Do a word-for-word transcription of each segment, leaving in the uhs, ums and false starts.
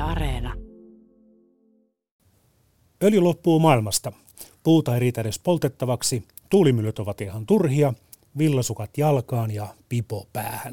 Areena. Öljy loppuu maailmasta. Puuta ei riitä edes poltettavaksi. Tuulimyllyt ovat ihan turhia. Villasukat jalkaan ja pipo päähän.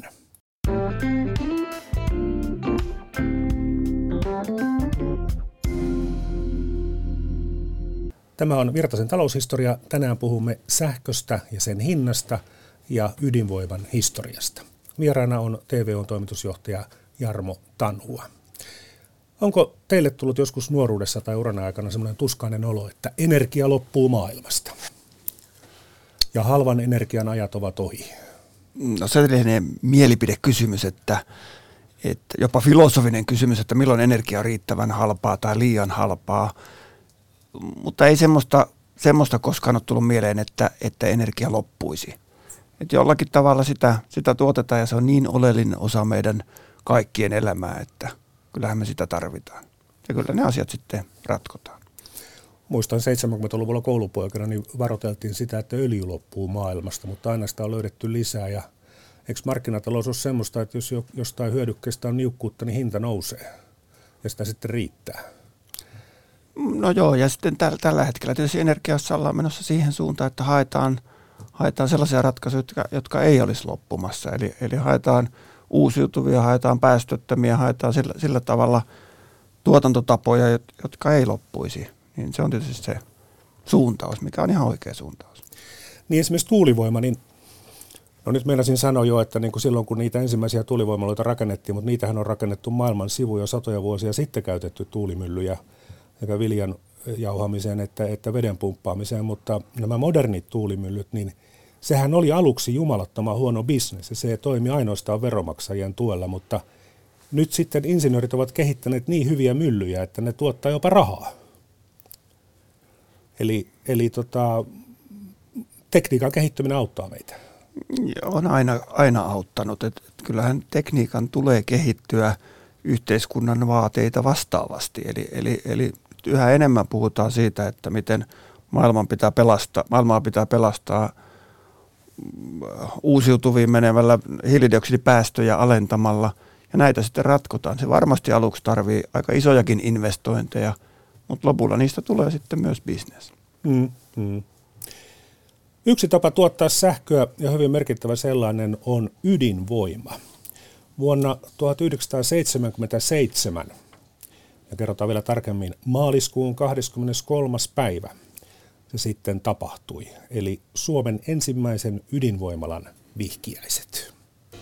Tämä on Virtasen taloushistoria. Tänään puhumme sähköstä ja sen hinnasta ja ydinvoiman historiasta. Vieraana on T V O-toimitusjohtaja Jarmo Tanhua. Onko teille tullut joskus nuoruudessa tai uran aikana semmoinen tuskainen olo, että energia loppuu maailmasta ja halvan energian ajat ovat ohi? No se on mielipidekysymys, että, että jopa filosofinen kysymys, että milloin energia on riittävän halpaa tai liian halpaa. Mutta ei semmoista, semmoista koskaan ole tullut mieleen, että, että energia loppuisi. Että jollakin tavalla sitä, sitä tuotetaan ja se on niin oleellinen osa meidän kaikkien elämää, että kyllähän me sitä tarvitaan. Ja kyllä ne asiat sitten ratkotaan. Muistan seitsemänkymmentäluvulla koulupoikana, niin varoiteltiin sitä, että öljy loppuu maailmasta, mutta aina sitä on löydetty lisää. Ja eikö markkinatalous ole semmoista, että jos jostain hyödykkeestä on niukkuutta, niin hinta nousee ja sitä sitten riittää? No joo, ja sitten täl, tällä hetkellä tietysti energiassa ollaan menossa siihen suuntaan, että haetaan, haetaan sellaisia ratkaisuja, jotka, jotka ei olisi loppumassa. Eli, eli haetaan uusiutuvia, haetaan päästöttömiä, haetaan sillä, sillä tavalla tuotantotapoja, jotka ei loppuisi. Niin se on tietysti se suuntaus, mikä on ihan oikea suuntaus. Niin esimerkiksi tuulivoima, niin no nyt meinasin sanoa jo, että niin kuin silloin kun niitä ensimmäisiä tuulivoimaloita rakennettiin, mutta niitähän on rakennettu maailman sivuja satoja vuosia sitten käytetty tuulimyllyjä sekä viljan jauhamiseen että, että veden pumppaamiseen, mutta nämä modernit tuulimyllyt, niin sehän oli aluksi jumalattoman huono bisnes ja se toimi ainoastaan veromaksajien tuella, mutta nyt sitten insinöörit ovat kehittäneet niin hyviä myllyjä, että ne tuottaa jopa rahaa. Eli, eli tota, tekniikan kehittyminen auttaa meitä. On aina, aina auttanut. Et, et kyllähän tekniikan tulee kehittyä yhteiskunnan vaateita vastaavasti. Eli, eli, eli yhä enemmän puhutaan siitä, että miten maailman pitää pelastaa, maailmaa pitää pelastaa uusiutuviin menevällä hiilidioksidipäästöjä alentamalla. Ja näitä sitten ratkotaan. Se varmasti aluksi tarvii aika isojakin investointeja, mutta lopulla niistä tulee sitten myös bisnes. Mm, mm. Yksi tapa tuottaa sähköä ja hyvin merkittävä sellainen on ydinvoima. Vuonna tuhatyhdeksänsataaseitsemänkymmentäseitsemän, ja kerrotaan vielä tarkemmin, maaliskuun kahdeskymmeneskolmas päivä se sitten tapahtui. Eli Suomen ensimmäisen ydinvoimalan vihkiäiset.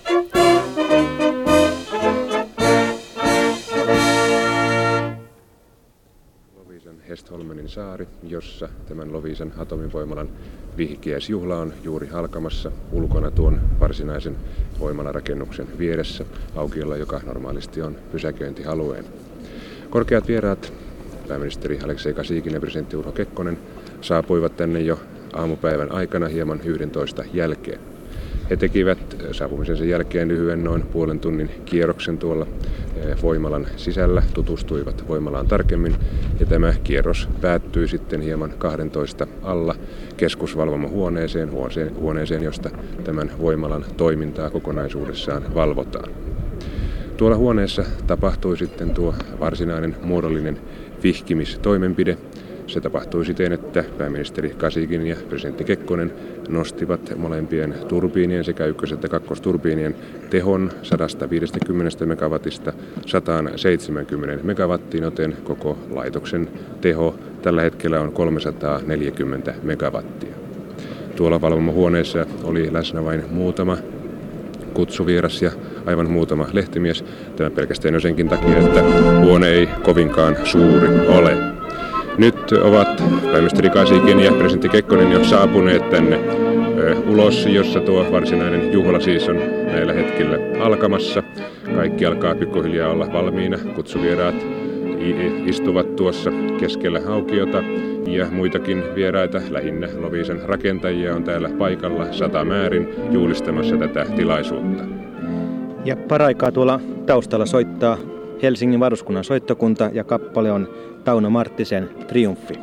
Hestholmenin saari, jossa tämän Loviisan atomivoimalan vihkiäisjuhla on juuri alkamassa ulkona tuon varsinaisen voimalarakennuksen vieressä aukiolla, joka normaalisti on pysäköintialueen. Korkeat vieraat, pääministeri Aleksei Kasiikin ja presidentti Urho Kekkonen, saapuivat tänne jo aamupäivän aikana hieman yhdentoista jälkeen. He tekivät saapumisensa jälkeen lyhyen noin puolen tunnin kierroksen tuolla voimalan sisällä, tutustuivat voimalaan tarkemmin ja tämä kierros päättyi sitten hieman kahdentoista alla keskusvalvomohuoneeseen, huoneeseen, josta tämän voimalan toimintaa kokonaisuudessaan valvotaan. Tuolla huoneessa tapahtui sitten tuo varsinainen muodollinen vihkimistoimenpide. Se tapahtui siten, että pääministeri Kasiikin ja presidentti Kekkonen nostivat molempien turbiinien sekä ykkös- että kakkosturbiinien tehon sata viisikymmentä megawattista sata seitsemänkymmentä megawattiin, joten koko laitoksen teho tällä hetkellä on kolmesataaneljäkymmentä megawattia. Tuolla valvomohuoneessa oli läsnä vain muutama kutsuvieras ja aivan muutama lehtimies. Tämä pelkästään jo senkin takia, että huone ei kovinkaan suuri ole. Nyt ovat pääministeri Kasiikin ja presidentti Kekkonen jo saapuneet tänne ö, ulos, jossa tuo varsinainen juhla siis on näillä hetkillä alkamassa. Kaikki alkaa pikkuhiljaa olla valmiina. Kutsuvieraat istuvat tuossa keskellä aukiota ja muitakin vieraita, lähinnä Loviisan rakentajia, on täällä paikalla satamäärin juhlistamassa tätä tilaisuutta. Ja paraikaa tuolla taustalla soittaa Helsingin varuskunnan soittokunta ja kappale on Tauno Marttisen Triumfi.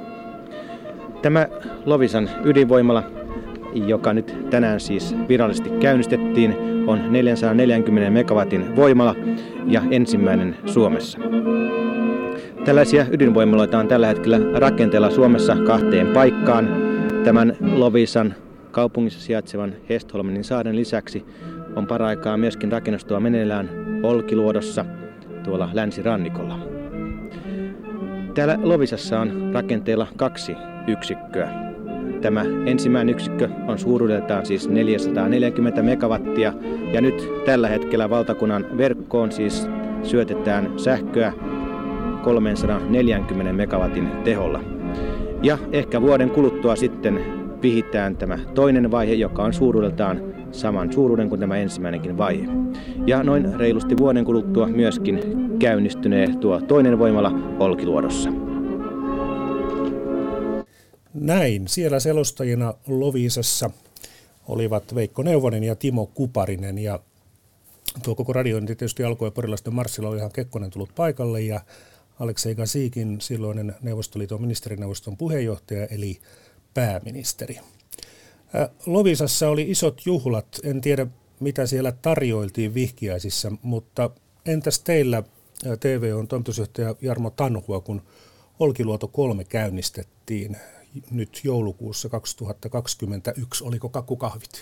Tämä Loviisan ydinvoimala, joka nyt tänään siis virallisesti käynnistettiin, käynnistettiin, on neljäsataaneljäkymmentä megawatin voimala ja ensimmäinen Suomessa. Tällaisia ydinvoimaloita on tällä hetkellä rakenteella Suomessa kahteen paikkaan. Tämän Loviisan kaupungissa sijaitsevan Hestholmenin saaren lisäksi on paraikaa myöskin rakennustoa meneillään Olkiluodossa tuolla länsirannikolla. Täällä Loviisassa on rakenteella kaksi yksikköä. Tämä ensimmäinen yksikkö on suuruudeltaan siis neljäsataaneljäkymmentä megawattia ja nyt tällä hetkellä valtakunnan verkkoon siis syötetään sähköä kolmesataaneljäkymmentä megawatin teholla. Ja ehkä vuoden kuluttua sitten vihitään tämä toinen vaihe, joka on suuruudeltaan saman suuruuden kuin tämä ensimmäinenkin vaihe. Ja noin reilusti vuoden kuluttua myöskin käynnistynee tuo toinen voimala Olkiluodossa. Näin. Siellä selostajina Loviisassa olivat Veikko Neuvonen ja Timo Kuparinen. Ja tuo koko radiointi tietysti alkoi porilaisten marssilla, oli ihan Kekkonen tullut paikalle ja Aleksei Gasikin, silloinen Neuvostoliiton ministerineuvoston puheenjohtaja, eli pääministeri. Loviisassa oli isot juhlat, en tiedä mitä siellä tarjoiltiin vihkiäisissä, mutta entäs teillä T V O:n toimitusjohtaja Jarmo Tanhua, kun Olkiluoto kolme käynnistettiin nyt joulukuussa kaksituhattakaksikymmentäyksi, oliko kakkukahvit?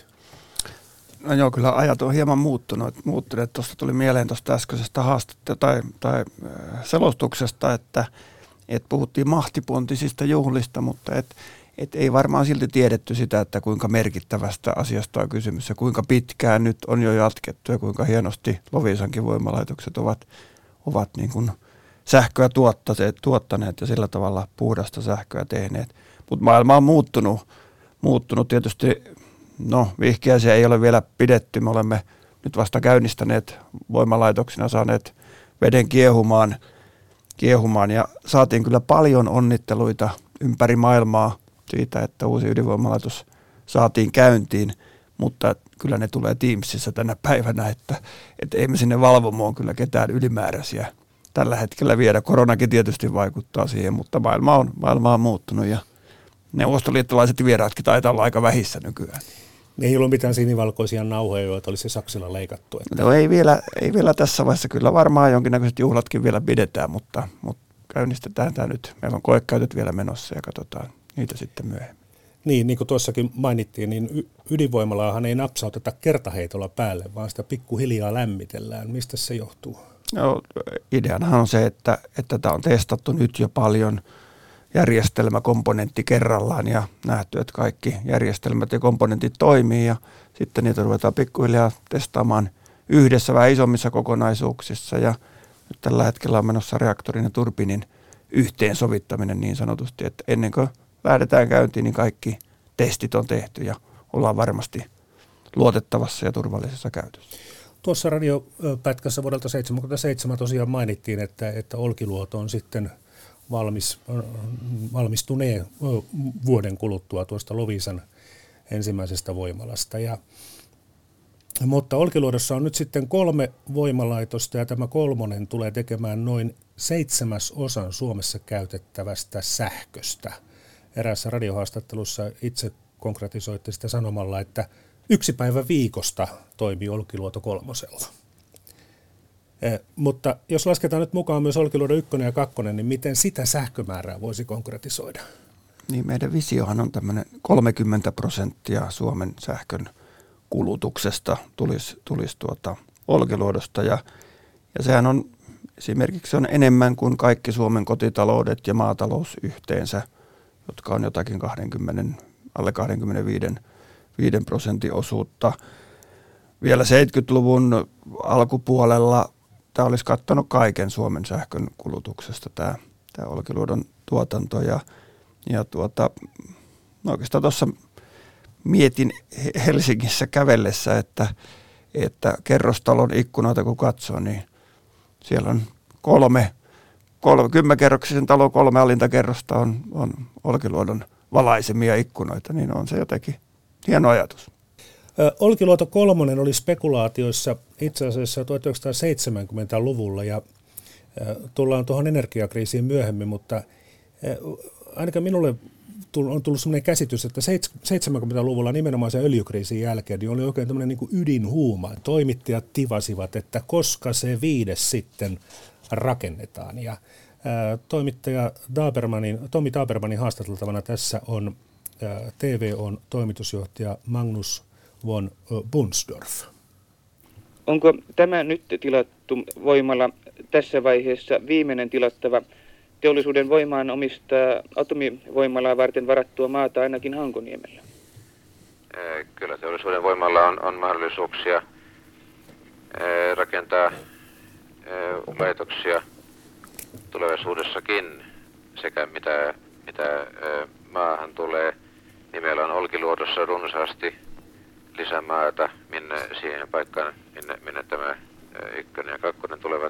No joo, kyllä ajat on hieman muuttunut. muuttunut. Tuosta tuli mieleen tuosta äskeisestä haastetta tai, tai selostuksesta, että, että puhuttiin mahtipontisista juhlista, mutta et, et ei varmaan silti tiedetty sitä, että kuinka merkittävästä asiasta on kysymys ja kuinka pitkään nyt on jo jatkettu ja kuinka hienosti Loviisankin voimalaitokset ovat, ovat niin kuin sähköä tuottaneet, tuottaneet ja sillä tavalla puhdasta sähköä tehneet. Mutta maailma on muuttunut, muuttunut tietysti. No, vihkiäisiä ei ole vielä pidetty. Me olemme nyt vasta käynnistäneet voimalaitoksina, saaneet veden kiehumaan, kiehumaan ja saatiin kyllä paljon onnitteluita ympäri maailmaa siitä, että uusi ydinvoimalaitos saatiin käyntiin, mutta kyllä ne tulee Teamsissa tänä päivänä, että, että ei me sinne valvomoon kyllä ketään ylimääräisiä tällä hetkellä viedä. Koronakin tietysti vaikuttaa siihen, mutta maailma on, maailma on muuttunut ja neuvostoliittolaiset vieraatkin taitaa olla aika vähissä nykyään. Ei ollut mitään sinivalkoisia nauhoja, joita olisi Saksilla leikattu. Että... No ei vielä, ei vielä tässä vaiheessa. Kyllä varmaan jonkinnäköiset juhlatkin vielä pidetään, mutta, mutta käynnistetään tämä nyt. Meillä on koekäytöt vielä menossa ja katsotaan niitä sitten myöhemmin. Niin, niin kuin tuossakin mainittiin, niin ydinvoimalaahan ei napsauteta kertaheitolla päälle, vaan sitä pikkuhiljaa lämmitellään. Mistä se johtuu? No, ideanahan on se, että, että tämä on testattu nyt jo paljon järjestelmäkomponentti kerrallaan ja nähty, että kaikki järjestelmät ja komponentit toimii ja sitten niitä ruvetaan pikkuhiljaa testaamaan yhdessä vähän isommissa kokonaisuuksissa ja nyt tällä hetkellä on menossa reaktorin ja turbiinin yhteensovittaminen niin sanotusti, että ennen kuin lähdetään käyntiin, niin kaikki testit on tehty ja ollaan varmasti luotettavassa ja turvallisessa käytössä. Tuossa radiopätkässä vuodelta seitsemänkymmentäseitsemän tosiaan mainittiin, että, että Olkiluoto on sitten valmis, valmistuneen vuoden kuluttua tuosta Loviisan ensimmäisestä voimalasta. Ja, mutta Olkiluodossa on nyt sitten kolme voimalaitosta ja tämä kolmonen tulee tekemään noin seitsemäsosan Suomessa käytettävästä sähköstä. Eräässä radiohaastattelussa itse konkretisoitte sitä sanomalla, että yksi päivä viikosta toimii Olkiluoto kolmosella. Eh, mutta jos lasketaan nyt mukaan myös Olkiluoto ykkönen ja kakkonen, niin miten sitä sähkömäärää voisi konkretisoida? Niin meidän visiohan on tämmöinen kolmekymmentä prosenttia Suomen sähkön kulutuksesta tulisi, tulisi tuota Olkiluodosta ja, ja sehän on esimerkiksi on enemmän kuin kaikki Suomen kotitaloudet ja maatalous yhteensä, jotka on jotakin kaksikymmentä, alle kaksikymmentäviisi prosentin osuutta. Vielä seitsemänkymmentäluvun alkupuolella tämä olisi kattanut kaiken Suomen sähkön kulutuksesta tämä, tämä Olkiluodon tuotanto. Ja, ja tuota, no oikeastaan tuossa mietin Helsingissä kävellessä, että, että kerrostalon ikkunoita kun katsoo, niin siellä on kolme, kolme kymmenkerroksisen talon kolme alintakerrosta on, on Olkiluodon valaisemia ikkunoita, niin on se jotenkin hieno ajatus. Olkiluoto kolmonen oli spekulaatioissa itse asiassa tuhatyhdeksänsataaseitsemänkymmentäluvulla ja tullaan tuohon energiakriisiin myöhemmin, mutta ainakaan minulle on tullut sellainen käsitys, että seitsemänkymmentäluvulla nimenomaan sen öljykriisin jälkeen niin oli oikein tämmöinen niin kuin ydinhuuma. Toimittajat tivasivat, että koska se viides sitten rakennetaan. Ja ää, toimittaja Dabermanin, Tommy Dabermanin haastateltavana tässä on ää, T V O:n toimitusjohtaja Magnus von Bunsdorf. Onko tämä nyt tilattu voimala tässä vaiheessa viimeinen tilattava teollisuuden voimaan omistaa atomivoimalaa varten varattua maata ainakin Hankoniemellä? Kyllä teollisuuden voimalla on, on mahdollisuuksia rakentaa laitoksia tulevaisuudessakin sekä mitä, mitä maahan tulee. Niin meillä on Olkiluodossa runsaasti lisämaata, minne siihen paikkaan, minne, minne tämä ykkönen ja kakkonen tulevat.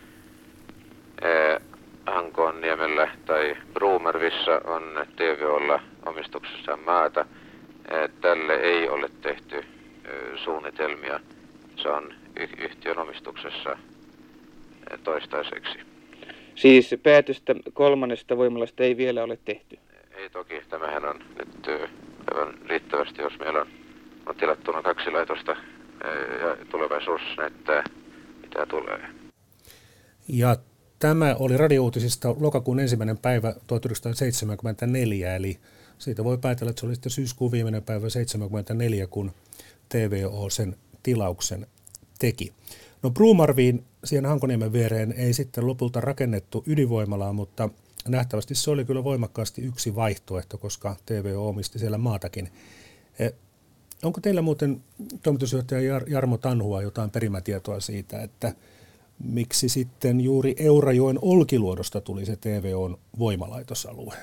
Hankoonniemellä tai Brumervissa on T V O:lla omistuksessaan maata. Tälle ei ole tehty suunnitelmia. Se on yhtiön omistuksessa toistaiseksi. Siis päätöstä kolmannesta voimalasta ei vielä ole tehty? Ei toki. Tämähän on nyt aivan riittävästi, jos meillä on, on tilattuna kaksi laitosta ja tulevaisuus näyttää, mitä tulee. Ja tämä oli radiouutisista lokakuun ensimmäinen päivä tuhatyhdeksänsataaseitsemänkymmentäneljä, eli siitä voi päätellä, että se oli sitten syyskuun viimeinen päivä seitsemänkymmentäneljä, kun T V O sen tilauksen teki. No Brumarviin, siihen Hankoniemen viereen, ei sitten lopulta rakennettu ydinvoimalaa, mutta nähtävästi se oli kyllä voimakkaasti yksi vaihtoehto, koska T V O omisti siellä maatakin. Eh, onko teillä muuten toimitusjohtaja Jarmo Tanhua jotain perimätietoa siitä, että miksi sitten juuri Eurajoen Olkiluodosta tuli se T V O:n voimalaitosalue?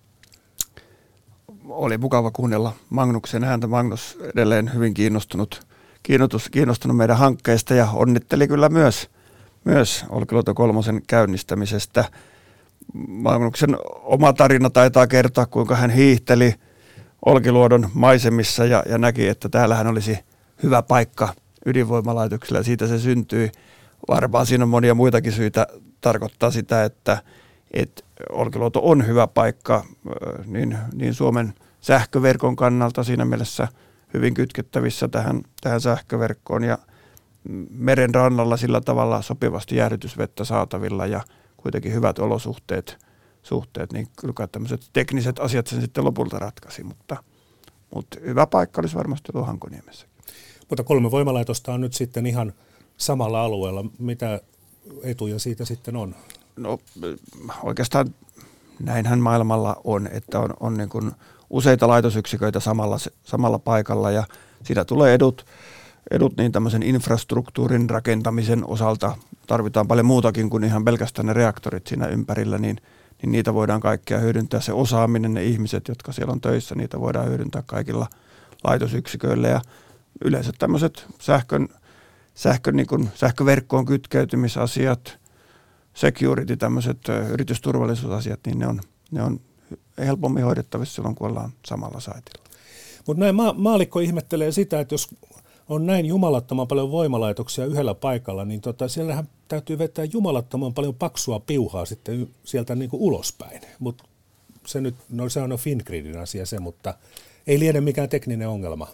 Oli mukava kuunnella Magnuksen ääntä. Magnus edelleen hyvin kiinnostunut, kiinnostunut, kiinnostunut meidän hankkeesta ja onnitteli kyllä myös, myös Olkiluoto kolmosen käynnistämisestä. Magnuksen oma tarina taitaa kertoa, kuinka hän hiihteli Olkiluodon maisemissa ja, ja näki, että täällähän olisi hyvä paikka ydinvoimalaitoksella ja siitä se syntyi. Varmaan siinä on monia muitakin syitä tarkoittaa sitä, että, että Olkiluoto on hyvä paikka niin, niin Suomen sähköverkon kannalta siinä mielessä hyvin kytkettävissä tähän, tähän sähköverkkoon ja meren rannalla sillä tavalla sopivasti jäähdytysvettä saatavilla ja kuitenkin hyvät olosuhteet, suhteet, niin kyllä tämmöiset tekniset asiat sen sitten lopulta ratkaisi, mutta, mutta hyvä paikka olisi varmasti ollut Hankoniemessäkin. Mutta kolme voimalaitosta on nyt sitten ihan samalla alueella. Mitä etuja siitä sitten on? No oikeastaan näinhän maailmalla on, että on, on niin kuin useita laitosyksiköitä samalla, samalla paikalla ja siitä tulee edut, edut niin tämmöisen infrastruktuurin rakentamisen osalta. Tarvitaan paljon muutakin kuin ihan pelkästään ne reaktorit siinä ympärillä, niin, niin niitä voidaan kaikkia hyödyntää. Se osaaminen, ne ihmiset, jotka siellä on töissä, niitä voidaan hyödyntää kaikilla laitosyksiköillä ja yleensä tämmöiset sähkön Sähkö, niin kuin, sähköverkkoon kytkeytymisasiat, security, tämmöiset yritysturvallisuusasiat, niin ne on, ne on helpommin hoidettavissa silloin, kun ollaan samalla saitilla. Mutta näin ma- maallikko ihmettelee sitä, että jos on näin jumalattoman paljon voimalaitoksia yhdellä paikalla, niin tota, siellähän täytyy vetää jumalattoman paljon paksua piuhaa sitten sieltä niin kuin ulospäin. Mut se nyt, no se on Fingridin asia se, mutta ei liene mikään tekninen ongelma.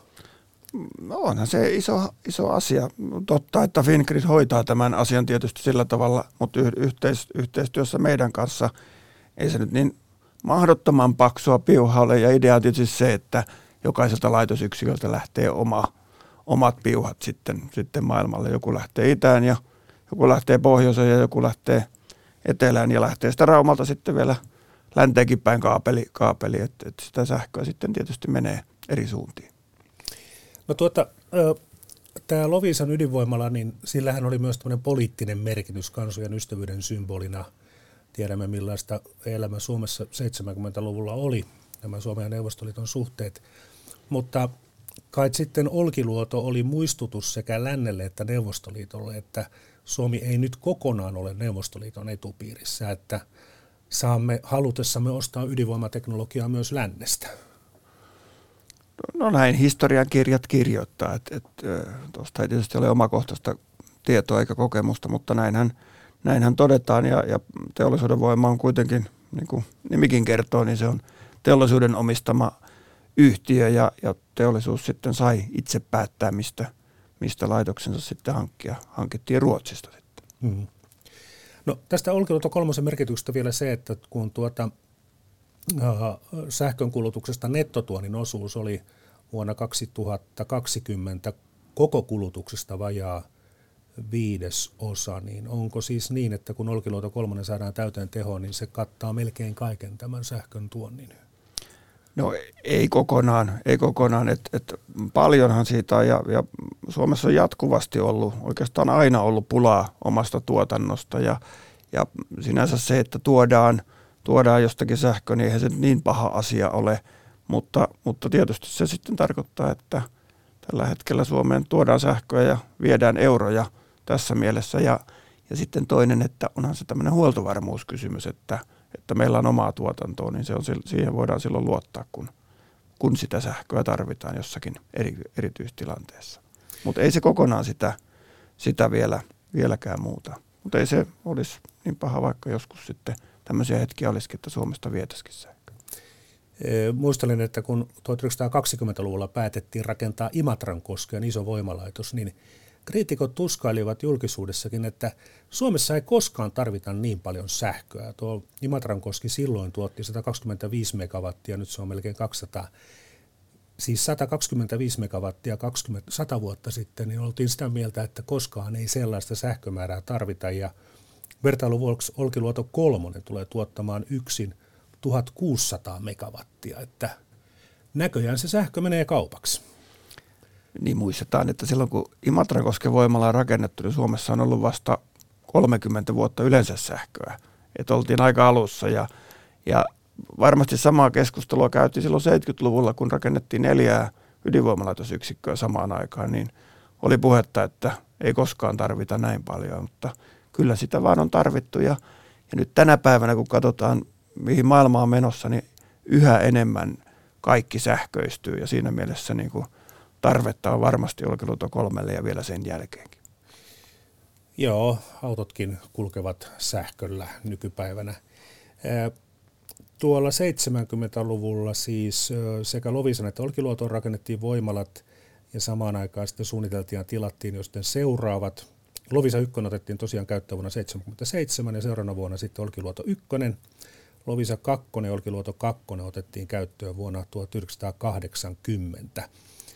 No onhan se iso, iso asia. Totta, että Fingrid hoitaa tämän asian tietysti sillä tavalla, mutta yhteis, yhteistyössä meidän kanssa ei se nyt niin mahdottoman paksua piuhaa ole. Ja idea on tietysti se, että jokaiselta laitosyksiköltä lähtee oma, omat piuhat sitten, sitten maailmalle. Joku lähtee itään ja joku lähtee pohjoiseen ja joku lähtee etelään ja lähtee sitä Raumalta sitten vielä länteenkin päin kaapeli, kaapeli että, että sitä sähköä sitten tietysti menee eri suuntiin. No tuota, tämä Loviisan ydinvoimala, niin sillähän oli myös tämmöinen poliittinen merkitys kansojen ystävyyden symbolina. Tiedämme millaista elämä Suomessa seitsemänkymmentäluvulla oli, nämä Suomen ja Neuvostoliiton suhteet. Mutta kai sitten Olkiluoto oli muistutus sekä lännelle että Neuvostoliitolle, että Suomi ei nyt kokonaan ole Neuvostoliiton etupiirissä, että saamme halutessamme ostaa ydinvoimateknologiaa myös lännestä. No näin historian kirjat kirjoittaa, että et, tuosta ei tietysti ole omakohtaista tietoa eikä kokemusta, mutta näinhän, näinhän todetaan ja, ja teollisuuden voima on kuitenkin, niin kuin nimikin kertoo, niin se on teollisuuden omistama yhtiö ja, ja teollisuus sitten sai itse päättää, mistä, mistä laitoksensa sitten hankkia. Hankittiin Ruotsista sitten. Hmm. No, tästä Olkiluoto kolmosen merkityksestä vielä se, että kun tuota, äh, sähkönkulutuksesta nettotuonnin osuus oli vuonna kaksituhattakaksikymmentä koko kulutuksesta vajaa viidesosa, niin onko siis niin, että kun Olkiluoto kolmonen saadaan täyteen tehoon, niin se kattaa melkein kaiken tämän sähkön tuonnin? No ei kokonaan, ei kokonaan. Et, et paljonhan siitä on, ja, ja Suomessa on jatkuvasti ollut, oikeastaan aina ollut pulaa omasta tuotannosta, ja, ja sinänsä se, että tuodaan, tuodaan jostakin sähköä, niin eihän se niin paha asia ole, mutta, mutta tietysti se sitten tarkoittaa, että tällä hetkellä Suomeen tuodaan sähköä ja viedään euroja tässä mielessä, ja, ja sitten toinen, että onhan se tämmöinen huoltovarmuuskysymys, että että meillä on omaa tuotantoa, niin se on, siihen voidaan silloin luottaa, kun, kun sitä sähköä tarvitaan jossakin eri, erityistilanteessa. Mutta ei se kokonaan sitä, sitä vielä, vieläkään muuta. Mutta ei se olisi niin paha, vaikka joskus sitten tämmöisiä hetkiä olisikin, että Suomesta vietäisikin sähköä. Muistelin, että kun tuhatyhdeksänsataakaksikymmentäluvulla päätettiin rakentaa Imatrankoskeen iso voimalaitos, niin kriitikot tuskailivat julkisuudessakin, että Suomessa ei koskaan tarvita niin paljon sähköä. Tuo Imatrankoski silloin tuotti sata kaksikymmentäviisi megawattia, nyt se on melkein kaksisataa. Siis sata kaksikymmentäviisi megawattia kaksikymmentä, sata vuotta sitten, niin oltiin sitä mieltä, että koskaan ei sellaista sähkömäärää tarvita. Ja vertailuvuoksi Olkiluoto kolmonen tulee tuottamaan yksin tuhatkuusisataa megawattia, että näköjään se sähkö menee kaupaksi. Niin muistetaan, että silloin kun Imatrankosken voimala on rakennettu, niin Suomessa on ollut vasta kolmekymmentä vuotta yleensä sähköä. Että oltiin aika alussa ja, ja varmasti samaa keskustelua käytiin silloin seitsemänkymmentäluvulla, kun rakennettiin neljää ydinvoimalaitosyksikköä samaan aikaan, niin oli puhetta, että ei koskaan tarvita näin paljon, mutta kyllä sitä vaan on tarvittu. Ja, ja nyt tänä päivänä, kun katsotaan, mihin maailma on menossa, niin yhä enemmän kaikki sähköistyy ja siinä mielessä niin kuin tarvetta on varmasti Olkiluoto kolmelle ja vielä sen jälkeenkin. Joo, autotkin kulkevat sähköllä nykypäivänä. Tuolla seitsemänkymmentäluvulla siis sekä Loviisan että Olkiluotoon rakennettiin voimalat ja samaan aikaan sitten suunniteltiin ja tilattiin jo sitten seuraavat. Loviisa ykkönen otettiin tosiaan käyttöön vuonna seitsemänkymmentäseitsemän ja seuraavana vuonna sitten Olkiluoto ykkönen. Loviisa kakkonen ja Olkiluoto kakkonen otettiin käyttöön vuonna tuhatyhdeksänsataakahdeksankymmentä.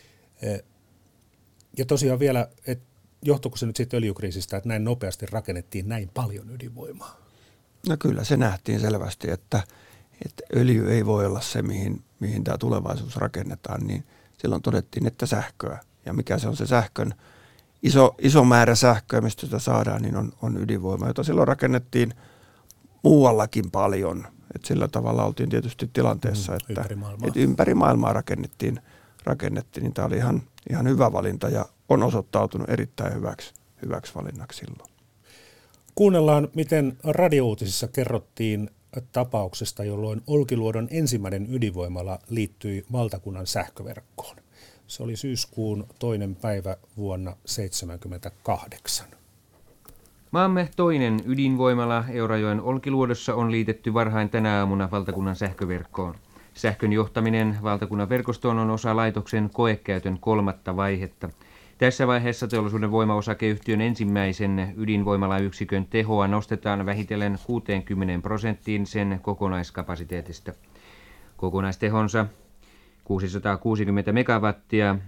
Ja tosiaan vielä, että johtuuko se nyt sitten öljykriisistä, että näin nopeasti rakennettiin näin paljon ydinvoimaa? No kyllä se nähtiin selvästi, että, että öljy ei voi olla se, mihin, mihin tämä tulevaisuus rakennetaan, niin silloin todettiin, että sähköä. Ja mikä se on se sähkön, iso, iso määrä sähköä, mistä sitä saadaan, niin on, on ydinvoima, jota silloin rakennettiin muuallakin paljon. Että sillä tavalla oltiin tietysti tilanteessa, mm, että, ympäri että ympäri maailmaa rakennettiin, rakennettiin, niin tämä oli ihan, ihan hyvä valinta ja on osoittautunut erittäin hyväksi, hyväksi valinnaksi silloin. Kuunnellaan, miten radiouutisissa kerrottiin tapauksesta, jolloin Olkiluodon ensimmäinen ydinvoimala liittyi valtakunnan sähköverkkoon. Se oli syyskuun toinen päivä vuonna tuhatyhdeksänsataaseitsemänkymmentäkahdeksan. Maamme toinen ydinvoimala Eurajoen Olkiluodossa on liitetty varhain tänä aamuna valtakunnan sähköverkkoon. Sähkön johtaminen valtakunnan verkostoon on osa laitoksen koekäytön kolmatta vaihetta. Tässä vaiheessa teollisuuden voimaosakeyhtiön ensimmäisen ydinvoimalayksikön tehoa nostetaan vähitellen kuuteenkymmeneen prosenttiin sen kokonaiskapasiteetista. Kokonaistehonsa kuusisataakuusikymmentä megawattia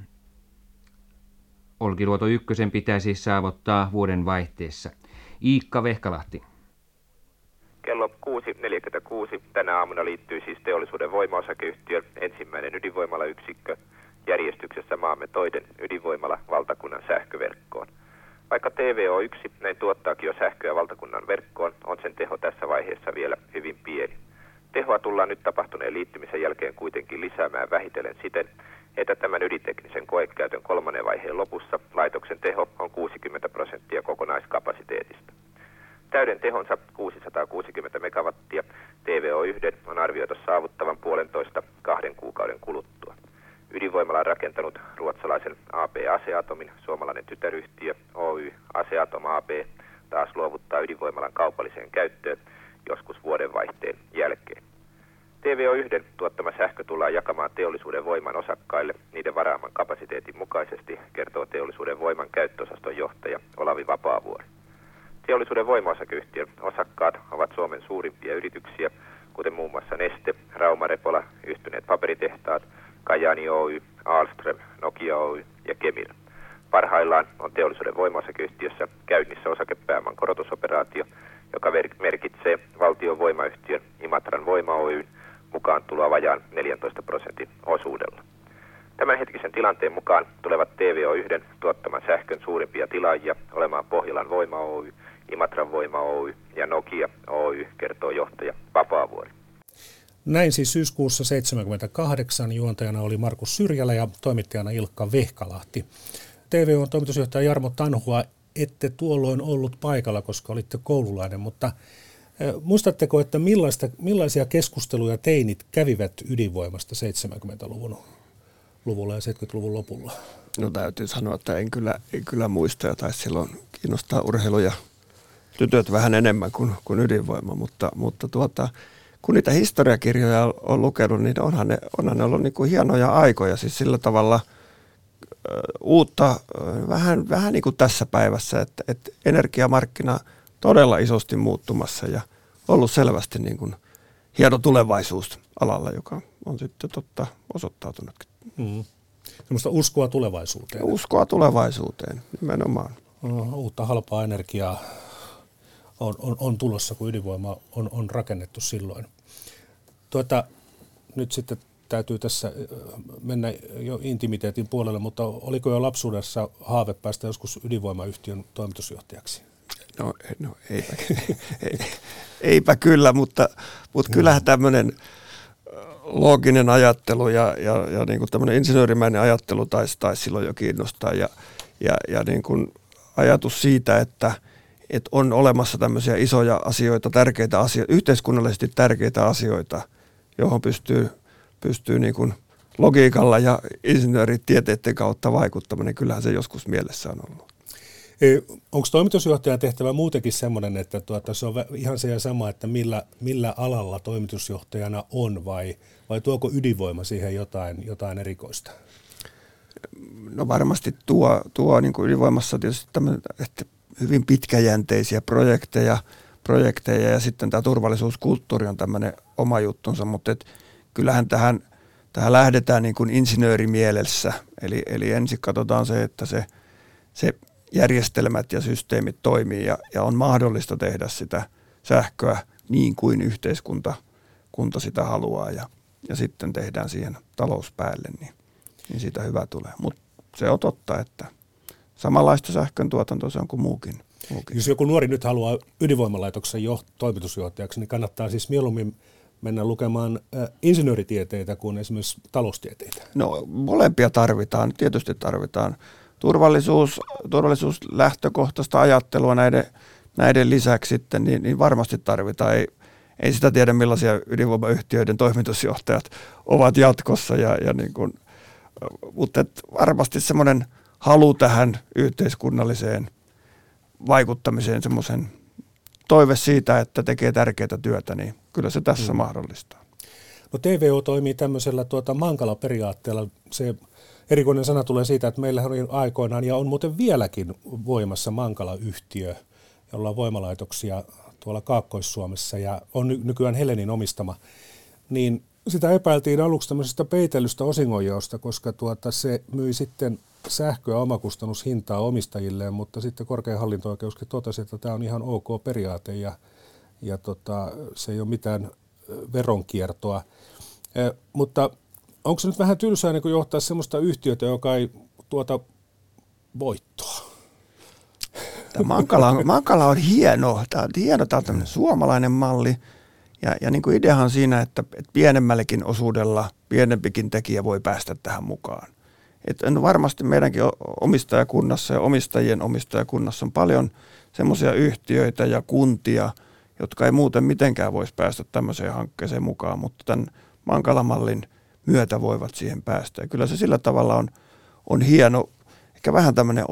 Olkiluoto ykkösen pitäisi saavuttaa vuoden vaihteessa. Iikka Vehkalahti. Kello kuusi neljäkymmentäkuusi tänä aamuna liittyy siis teollisuuden voimaosakeyhtiön ensimmäinen ydinvoimalayksikkö järjestyksessä maamme toinen ydinvoimala valtakunnan sähköverkkoon. Vaikka T V O yksi näin tuottaakin jo sähköä valtakunnan verkkoon, on sen teho tässä vaiheessa vielä hyvin pieni. Tehoa tullaan nyt tapahtuneen liittymisen jälkeen kuitenkin lisäämään vähitellen siten, että tämän ydinteknisen koekäytön kolmannen vaiheen lopussa laitoksen teho on kuusikymmentä prosenttia kokonaiskapasiteetista. Täyden tehonsa kuusisataakuusikymmentä megawattia T V O yksi on arvioitu saavuttavan puolentoista kahden kuukauden kuluttua. Ydinvoimala on rakentanut ruotsalaisen A P Aseatomin suomalainen tytäryhtiö Oy Aseatom A P taas luovuttaa ydinvoimalan kaupalliseen käyttöön joskus vuodenvaihteen jälkeen. T V O yksi tuottama sähkö tullaan jakamaan teollisuuden voiman osakkaille niiden varaaman kapasiteetin mukaisesti, kertoo teollisuuden voiman käyttöosaston johtaja Olavi Vapaavuori. Teollisuuden voima-osakeyhtiön osakkaat ovat Suomen suurimpia yrityksiä, kuten muun muassa Neste, Rauma Repola, Yhtyneet paperitehtaat, Kajaani Oy, Ahlström, Nokia Oy ja Kemira. Parhaillaan on teollisuuden voima-osakeyhtiössä käynnissä osakepääoman korotusoperaatio, joka merkitsee valtion voimayhtiön Imatran Voima Oyn mukaan tuloa vajaan neljäntoista prosentin osuudella. Tämänhetkisen tilanteen mukaan tulevat T V O yksi tuottaman sähkön suurimpia tilaajia olemaan Pohjolan Voima Oy, Imatran Voima Oy ja Nokia Oy, kertoo johtaja Vapaavuori. Näin siis syyskuussa seitsemänkymmentäkahdeksan juontajana oli Markus Syrjälä ja toimittajana Ilkka Vehkalahti. T V O:n toimitusjohtaja Jarmo Tanhua, ette tuolloin ollut paikalla, koska olitte koululainen, mutta muistatteko, että millaista, millaisia keskusteluja teinit kävivät ydinvoimasta seitsemänkymmentäluvun luvulla ja seitsemänkymmentäluvun lopulla? No täytyy sanoa, että en kyllä, en kyllä muista, ja taisi silloin kiinnostaa urheilu ja tytöt vähän enemmän kuin, kuin ydinvoima, mutta, mutta tuota, kun niitä historiakirjoja on lukenut, niin onhan ne, onhan ne ollut niin kuin hienoja aikoja, siis sillä tavalla uutta, vähän, vähän niin kuin tässä päivässä, että, että energiamarkkina todella isosti muuttumassa ja ollut selvästi niin kuin hieno tulevaisuus alalla, joka on sitten totta osoittautunutkin. Mm. Sellaista uskoa tulevaisuuteen. Uskoa tulevaisuuteen, nimenomaan. Uutta halpaa energiaa on, on, on tulossa, kun ydinvoima on, on rakennettu silloin. Tuota, nyt sitten täytyy tässä mennä jo intimiteetin puolelle, mutta oliko jo lapsuudessa haave päästä joskus ydinvoimayhtiön toimitusjohtajaksi? No, no eipä, eipä kyllä, mutta, mutta kyllähän tämmöinen looginen ajattelu ja, ja, ja niin kuin tämmöinen insinöörimäinen ajattelu taisi, taisi silloin jo kiinnostaa ja, ja, ja niin kuin ajatus siitä, että, että on olemassa tämmöisiä isoja asioita, tärkeitä asioita, yhteiskunnallisesti tärkeitä asioita, johon pystyy, pystyy niin kuin logiikalla ja insinööritieteiden kautta vaikuttamaan, niin kyllähän se joskus mielessä on ollut. Onko toimitusjohtajan tehtävä muutenkin semmoinen, että tuota, se on ihan se ja sama, että millä, millä alalla toimitusjohtajana on vai, vai tuoko ydinvoima siihen jotain, jotain erikoista? No varmasti tuo, tuo niin kuin ydinvoimassa tietysti että hyvin pitkäjänteisiä projekteja, projekteja ja sitten tämä turvallisuuskulttuuri on tämmöinen oma juttunsa, mutta et kyllähän tähän, tähän lähdetään niin kuin insinöörimielessä, eli, eli ensin katsotaan se, että se, se järjestelmät ja systeemit toimii ja, ja on mahdollista tehdä sitä sähköä niin kuin yhteiskunta kunta sitä haluaa ja, ja sitten tehdään siihen talous päälle, niin, niin siitä hyvä tulee. Mutta se on totta, että samanlaista sähkön tuotantoa se on kuin muukin. muukin. Jos joku nuori nyt haluaa ydinvoimalaitoksen jo, toimitusjohtajaksi, niin kannattaa siis mieluummin mennä lukemaan äh, insinööritieteitä kuin esimerkiksi taloustieteitä. No molempia tarvitaan, tietysti tarvitaan. Turvallisuus, turvallisuuslähtökohtaista ajattelua näiden, näiden lisäksi sitten, niin, niin varmasti tarvitaan. Ei, ei sitä tiedä, millaisia ydinvoimayhtiöiden toimitusjohtajat ovat jatkossa, ja, ja niin kuin, mutta varmasti semmoinen halu tähän yhteiskunnalliseen vaikuttamiseen, semmoisen toive siitä, että tekee tärkeää työtä, niin kyllä se tässä mm. mahdollistaa. No T V O toimii tämmöisellä tuota Mankala-periaatteella. Se erikoinen sana tulee siitä, että meillähän oli aikoinaan ja on muuten vieläkin voimassa Mankala-yhtiö, jolla on voimalaitoksia tuolla Kaakkois-Suomessa ja on ny- nykyään Helenin omistama. Niin sitä epäiltiin aluksi tämmöisestä peitellystä osingonjaosta, koska tuota se myi sitten sähköä omakustannushintaa omistajilleen, mutta sitten korkein hallinto-oikeuskin totesi, että tämä on ihan ok periaate ja, ja tota, se ei ole mitään veronkiertoa. Eh, mutta onko se nyt vähän tylsää niin johtaa sellaista yhtiötä, joka ei tuota voittoa? Tämä Mankala, Mankala on hieno. Tämä on hieno, tämä on tämmöinen suomalainen malli. Ja, ja niin kuin ideahan on siinä, että, että pienemmällekin osuudella pienempikin tekijä voi päästä tähän mukaan. Että varmasti meidänkin omistajakunnassa ja omistajien omistajakunnassa on paljon semmoisia yhtiöitä ja kuntia, jotka ei muuten mitenkään voisi päästä tämmöiseen hankkeeseen mukaan, mutta tämän Mankala-mallin myötä voivat siihen päästä. Ja kyllä se sillä tavalla on, on hieno, ehkä vähän tämmöinen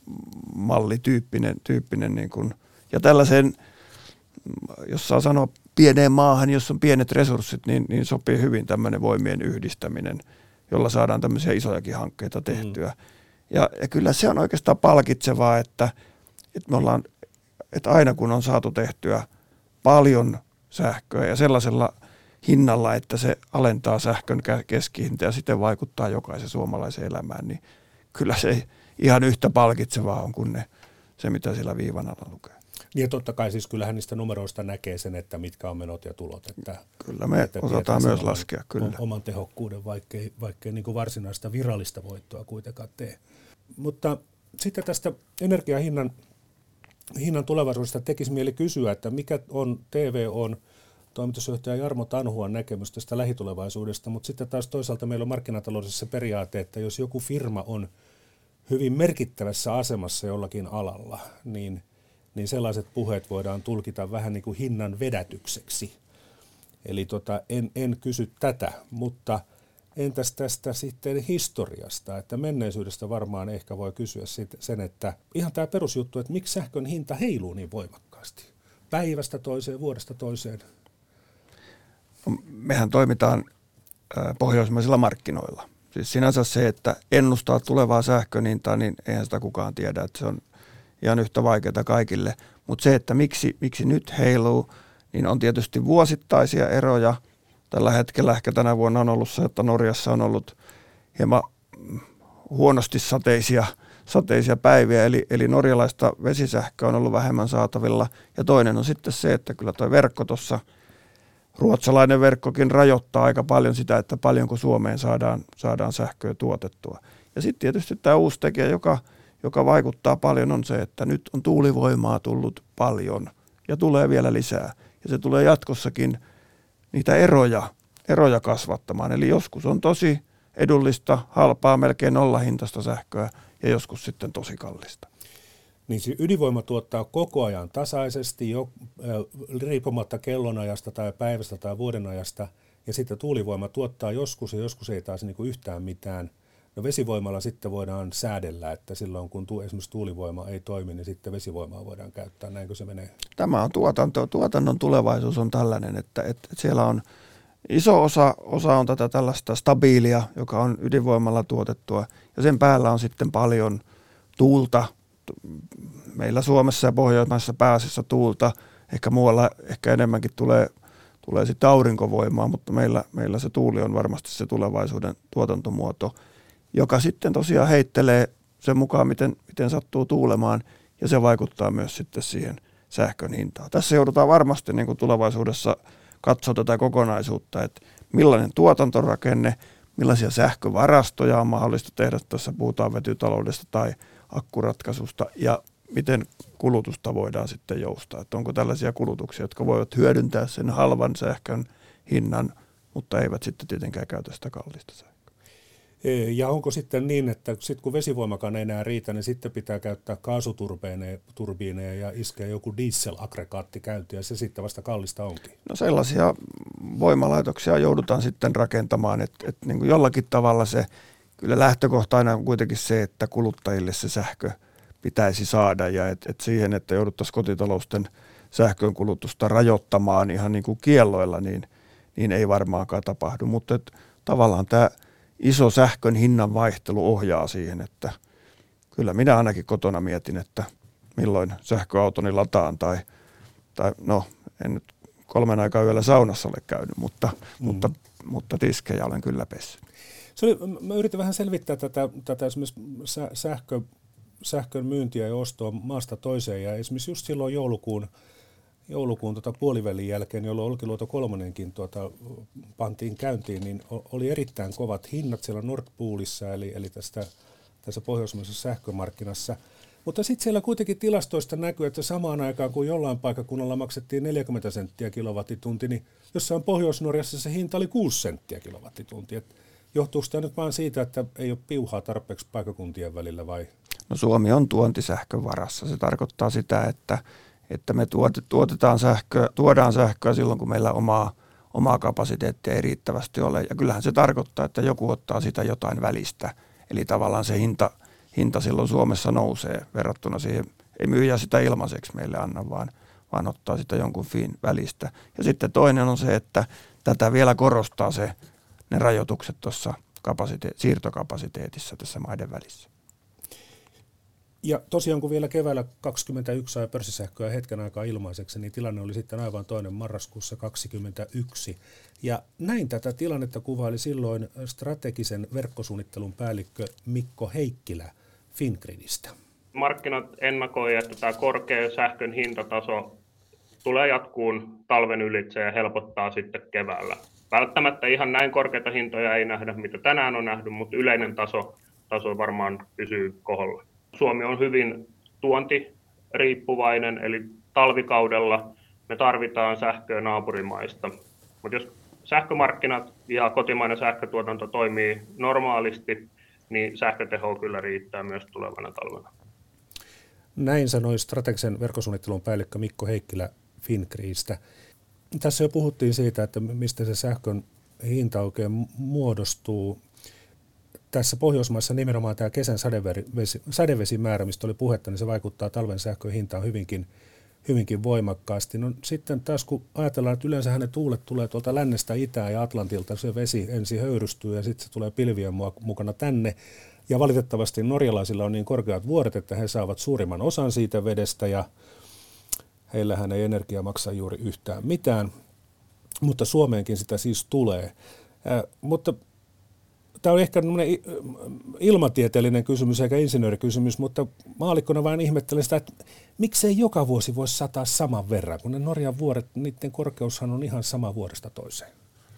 osuuskuntamallityyppinen, tyyppinen niin kuin, ja tällaisen, jos saa sanoa pieneen maahan, jossa on pienet resurssit, niin, niin sopii hyvin tämmöinen voimien yhdistäminen, jolla saadaan tämmöisiä isojakin hankkeita tehtyä. Mm. Ja, ja kyllä se on oikeastaan palkitsevaa, että, että me ollaan, että aina kun on saatu tehtyä paljon sähköä ja sellaisella hinnalla, että se alentaa sähkön keskihintaa ja siten vaikuttaa jokaisen suomalaisen elämään, niin kyllä se ihan yhtä palkitsevaa on kuin ne, se, mitä siellä viivan alla lukee. Niin ja totta kai siis kyllähän niistä numeroista näkee sen, että mitkä on menot ja tulot. Että, kyllä me että osataan myös laskea. Kyllä. Oman tehokkuuden, vaikkei, vaikkei niin kuin varsinaista virallista voittoa kuitenkaan tee. Mutta sitten tästä energiahinnan hinnan tulevaisuudesta tekisi mieli kysyä, että mikä on T V O:n toimitusjohtaja Jarmo Tanhuan näkemys tästä lähitulevaisuudesta, mutta sitten taas toisaalta meillä on markkinataloudessa periaate, että jos joku firma on hyvin merkittävässä asemassa jollakin alalla, niin, niin sellaiset puheet voidaan tulkita vähän niin kuin hinnan vedätykseksi. Eli tota, en, en kysy tätä, mutta entäs tästä sitten historiasta, että menneisyydestä varmaan ehkä voi kysyä sen, että ihan tämä perusjuttu, että miksi sähkön hinta heiluu niin voimakkaasti päivästä toiseen, vuodesta toiseen? No, mehän toimitaan äh, pohjoismaisilla markkinoilla. Siis sinänsä se, että ennustaa tulevaa sähkön hintaa, niin eihän sitä kukaan tiedä, että se on ihan yhtä vaikeaa kaikille. Mutta se, että miksi, miksi nyt heiluu, niin on tietysti vuosittaisia eroja. Tällä hetkellä ehkä tänä vuonna on ollut se, että Norjassa on ollut hieman huonosti sateisia, sateisia päiviä, eli, eli norjalaista vesisähköä on ollut vähemmän saatavilla. Ja toinen on sitten se, että kyllä tuo verkko tuossa, ruotsalainen verkkokin rajoittaa aika paljon sitä, että paljonko Suomeen saadaan, saadaan sähköä tuotettua. Ja sitten tietysti tämä uusi tekijä, joka, joka vaikuttaa paljon, on se, että nyt on tuulivoimaa tullut paljon ja tulee vielä lisää. Ja se tulee jatkossakin niitä eroja, eroja kasvattamaan. Eli joskus on tosi edullista, halpaa, melkein nollahintaista sähköä ja joskus sitten tosi kallista. Niin se ydinvoima tuottaa koko ajan tasaisesti, jo, äh, riippumatta kellonajasta tai päivästä tai vuodenajasta, ja sitten tuulivoima tuottaa joskus ja joskus ei taas niin kuin yhtään mitään. No vesivoimalla sitten voidaan säädellä, että silloin kun tu, esimerkiksi tuulivoima ei toimi, niin sitten vesivoimaa voidaan käyttää. Näinkö se menee? Tämä on tuotanto. Tuotannon tulevaisuus on tällainen, että, että siellä on iso osa, osa on tätä tällaista stabiilia, joka on ydinvoimalla tuotettua, ja sen päällä on sitten paljon tuulta. Meillä Suomessa ja Pohjoismaissa pääasiassa tuulta, ehkä muualla ehkä enemmänkin tulee, tulee sitten aurinkovoimaa, mutta meillä, meillä se tuuli on varmasti se tulevaisuuden tuotantomuoto, joka sitten tosiaan heittelee sen mukaan, miten, miten sattuu tuulemaan, ja se vaikuttaa myös sitten siihen sähkön hintaan. Tässä joudutaan varmasti niin kuin tulevaisuudessa katsoa tätä kokonaisuutta, että millainen tuotantorakenne, millaisia sähkövarastoja on mahdollista tehdä, tässä puhutaan vetytaloudesta tai akkuratkaisusta, ja miten kulutusta voidaan sitten joustaa. Että onko tällaisia kulutuksia, jotka voivat hyödyntää sen halvan sähkön hinnan, mutta eivät sitten tietenkään käytä sitä kallista sähköä. Ja onko sitten niin, että sit kun vesivoimakaan ei enää riitä, niin sitten pitää käyttää kaasuturbiineja ja iskeä joku dieselaggregaatti käyntiin, ja se sitten vasta kallista onkin? No sellaisia voimalaitoksia joudutaan sitten rakentamaan, että, että niin kuin jollakin tavalla se, kyllä lähtökohta aina on kuitenkin se, että kuluttajille se sähkö pitäisi saada, ja että, että siihen, että jouduttaisiin kotitalousten sähkön kulutusta rajoittamaan ihan niin kuin kielloilla, niin, niin ei varmaankaan tapahdu, mutta että tavallaan tämä iso sähkön hinnan vaihtelu ohjaa siihen, että kyllä minä ainakin kotona mietin, että milloin sähköautoni lataan tai, tai no en nyt kolmen aikaa yöllä saunassa ole käynyt, mutta, mm. mutta, mutta tiskejä olen kyllä pessyt. Se oli, mä yritin vähän selvittää tätä, tätä esimerkiksi sähkö, sähkön myyntiä ja ostoa maasta toiseen, ja esimerkiksi just silloin joulukuun joulukuun tota puolivälin jälkeen, jolloin Olkiluoto kolmonenkin tuota, pantiin käyntiin, niin oli erittäin kovat hinnat siellä Nord Poolissa, eli, eli tästä, tässä pohjoismaisessa sähkömarkkinassa. Mutta sitten siellä kuitenkin tilastoista näkyy, että samaan aikaan kun jollain paikkakunnalla maksettiin neljäkymmentä senttiä kilowattitunti, niin jossain Pohjois-Norjassa se hinta oli kuusi senttiä kilowattitunti. Et johtuuko tämä nyt vaan siitä, että ei ole piuhaa tarpeeksi paikkakuntien välillä vai? No Suomi on tuontisähkön varassa. Se tarkoittaa sitä, että että me tuotetaan sähköä, tuodaan sähköä silloin, kun meillä omaa, omaa kapasiteettia ei riittävästi ole. Ja kyllähän se tarkoittaa, että joku ottaa sitä jotain välistä. Eli tavallaan se hinta, hinta silloin Suomessa nousee verrattuna siihen, ei myyjä sitä ilmaiseksi meille anna, vaan, vaan ottaa sitä jonkun fiin välistä. Ja sitten toinen on se, että tätä vielä korostaa se, ne rajoitukset tuossa kapasite- siirtokapasiteetissa tässä maiden välissä. Ja tosiaan kun vielä keväällä kaksikymmentäyksi sai pörssisähköä hetken aikaa ilmaiseksi, niin tilanne oli sitten aivan toinen marraskuussa kaksikymmentäyksi. Ja näin tätä tilannetta kuvaili silloin strategisen verkkosuunnittelun päällikkö Mikko Heikkilä Fingridistä. Markkinat ennakoi, että tämä korkea sähkön hintataso tulee jatkuun talven ylitse ja helpottaa sitten keväällä. Välttämättä ihan näin korkeita hintoja ei nähdä, mitä tänään on nähty, mutta yleinen taso, taso varmaan pysyy koholla. Suomi on hyvin tuontiriippuvainen, eli talvikaudella me tarvitaan sähköä naapurimaista. Mutta jos sähkömarkkinat ja kotimainen sähkötuotanto toimii normaalisti, niin sähköteho kyllä riittää myös tulevana talvena. Näin sanoi strategisen verkkosuunnittelun päällikkö Mikko Heikkilä Fingridistä. Tässä jo puhuttiin siitä, että mistä se sähkön hinta oikein muodostuu. Tässä Pohjoismaissa nimenomaan tämä kesän sadevesi, sadevesimäärä, mistä oli puhetta, niin se vaikuttaa talven sähkön hintaan hyvinkin, hyvinkin voimakkaasti. No, sitten taas kun ajatellaan, että yleensä ne tuulet tulee tuolta lännestä itään ja Atlantilta, se vesi ensin höyrystyy ja sitten se tulee pilvien mukana tänne. Ja valitettavasti norjalaisilla on niin korkeat vuoret, että he saavat suurimman osan siitä vedestä ja heillähän ei energia maksa juuri yhtään mitään, mutta Suomeenkin sitä siis tulee. Äh, mutta tämä on ehkä ilmatieteellinen kysymys eikä insinöörikysymys, mutta maallikkona vaan ihmettelen sitä, että miksei joka vuosi voisi sataa saman verran, kun ne Norjan vuoret, niiden korkeushan on ihan sama vuodesta toiseen.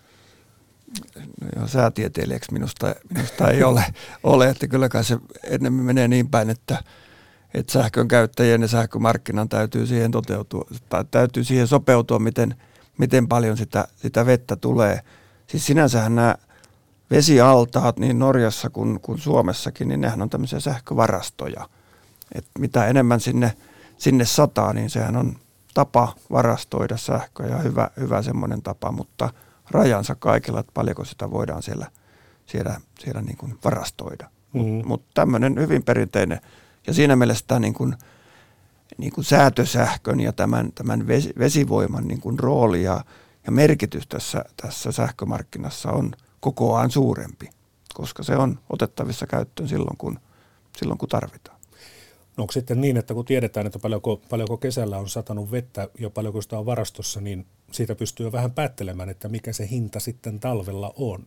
No joo, säätieteilijäksi minusta, minusta ei ole, ole, että kylläkään se enemmän menee niin päin, että, että sähkön käyttäjien ja sähkömarkkinan täytyy siihen toteutua, tai täytyy siihen sopeutua, miten, miten paljon sitä, sitä vettä tulee. Siis sinänsähän nämä vesialtaat niin Norjassa kuin, kuin Suomessakin, niin nehän on tämmöisiä sähkövarastoja. Et mitä enemmän sinne, sinne sataa, niin sehän on tapa varastoida sähköä ja hyvä, hyvä semmoinen tapa, mutta rajansa kaikilla, että paljonko sitä voidaan siellä, siellä, siellä niin kuin varastoida. Mm-hmm. Mutta mut tämmöinen hyvin perinteinen, ja siinä mielessä niin kuin, niin kuin säätösähkön ja tämän, tämän vesivoiman niin kuin rooli ja, ja merkitys tässä, tässä sähkömarkkinassa on kokoaan suurempi, koska se on otettavissa käyttöön silloin, kun, silloin, kun tarvitaan. No onko sitten niin, että kun tiedetään, että paljonko, paljonko kesällä on satanut vettä ja paljonko sitä on varastossa, niin siitä pystyy vähän päättelemään, että mikä se hinta sitten talvella on?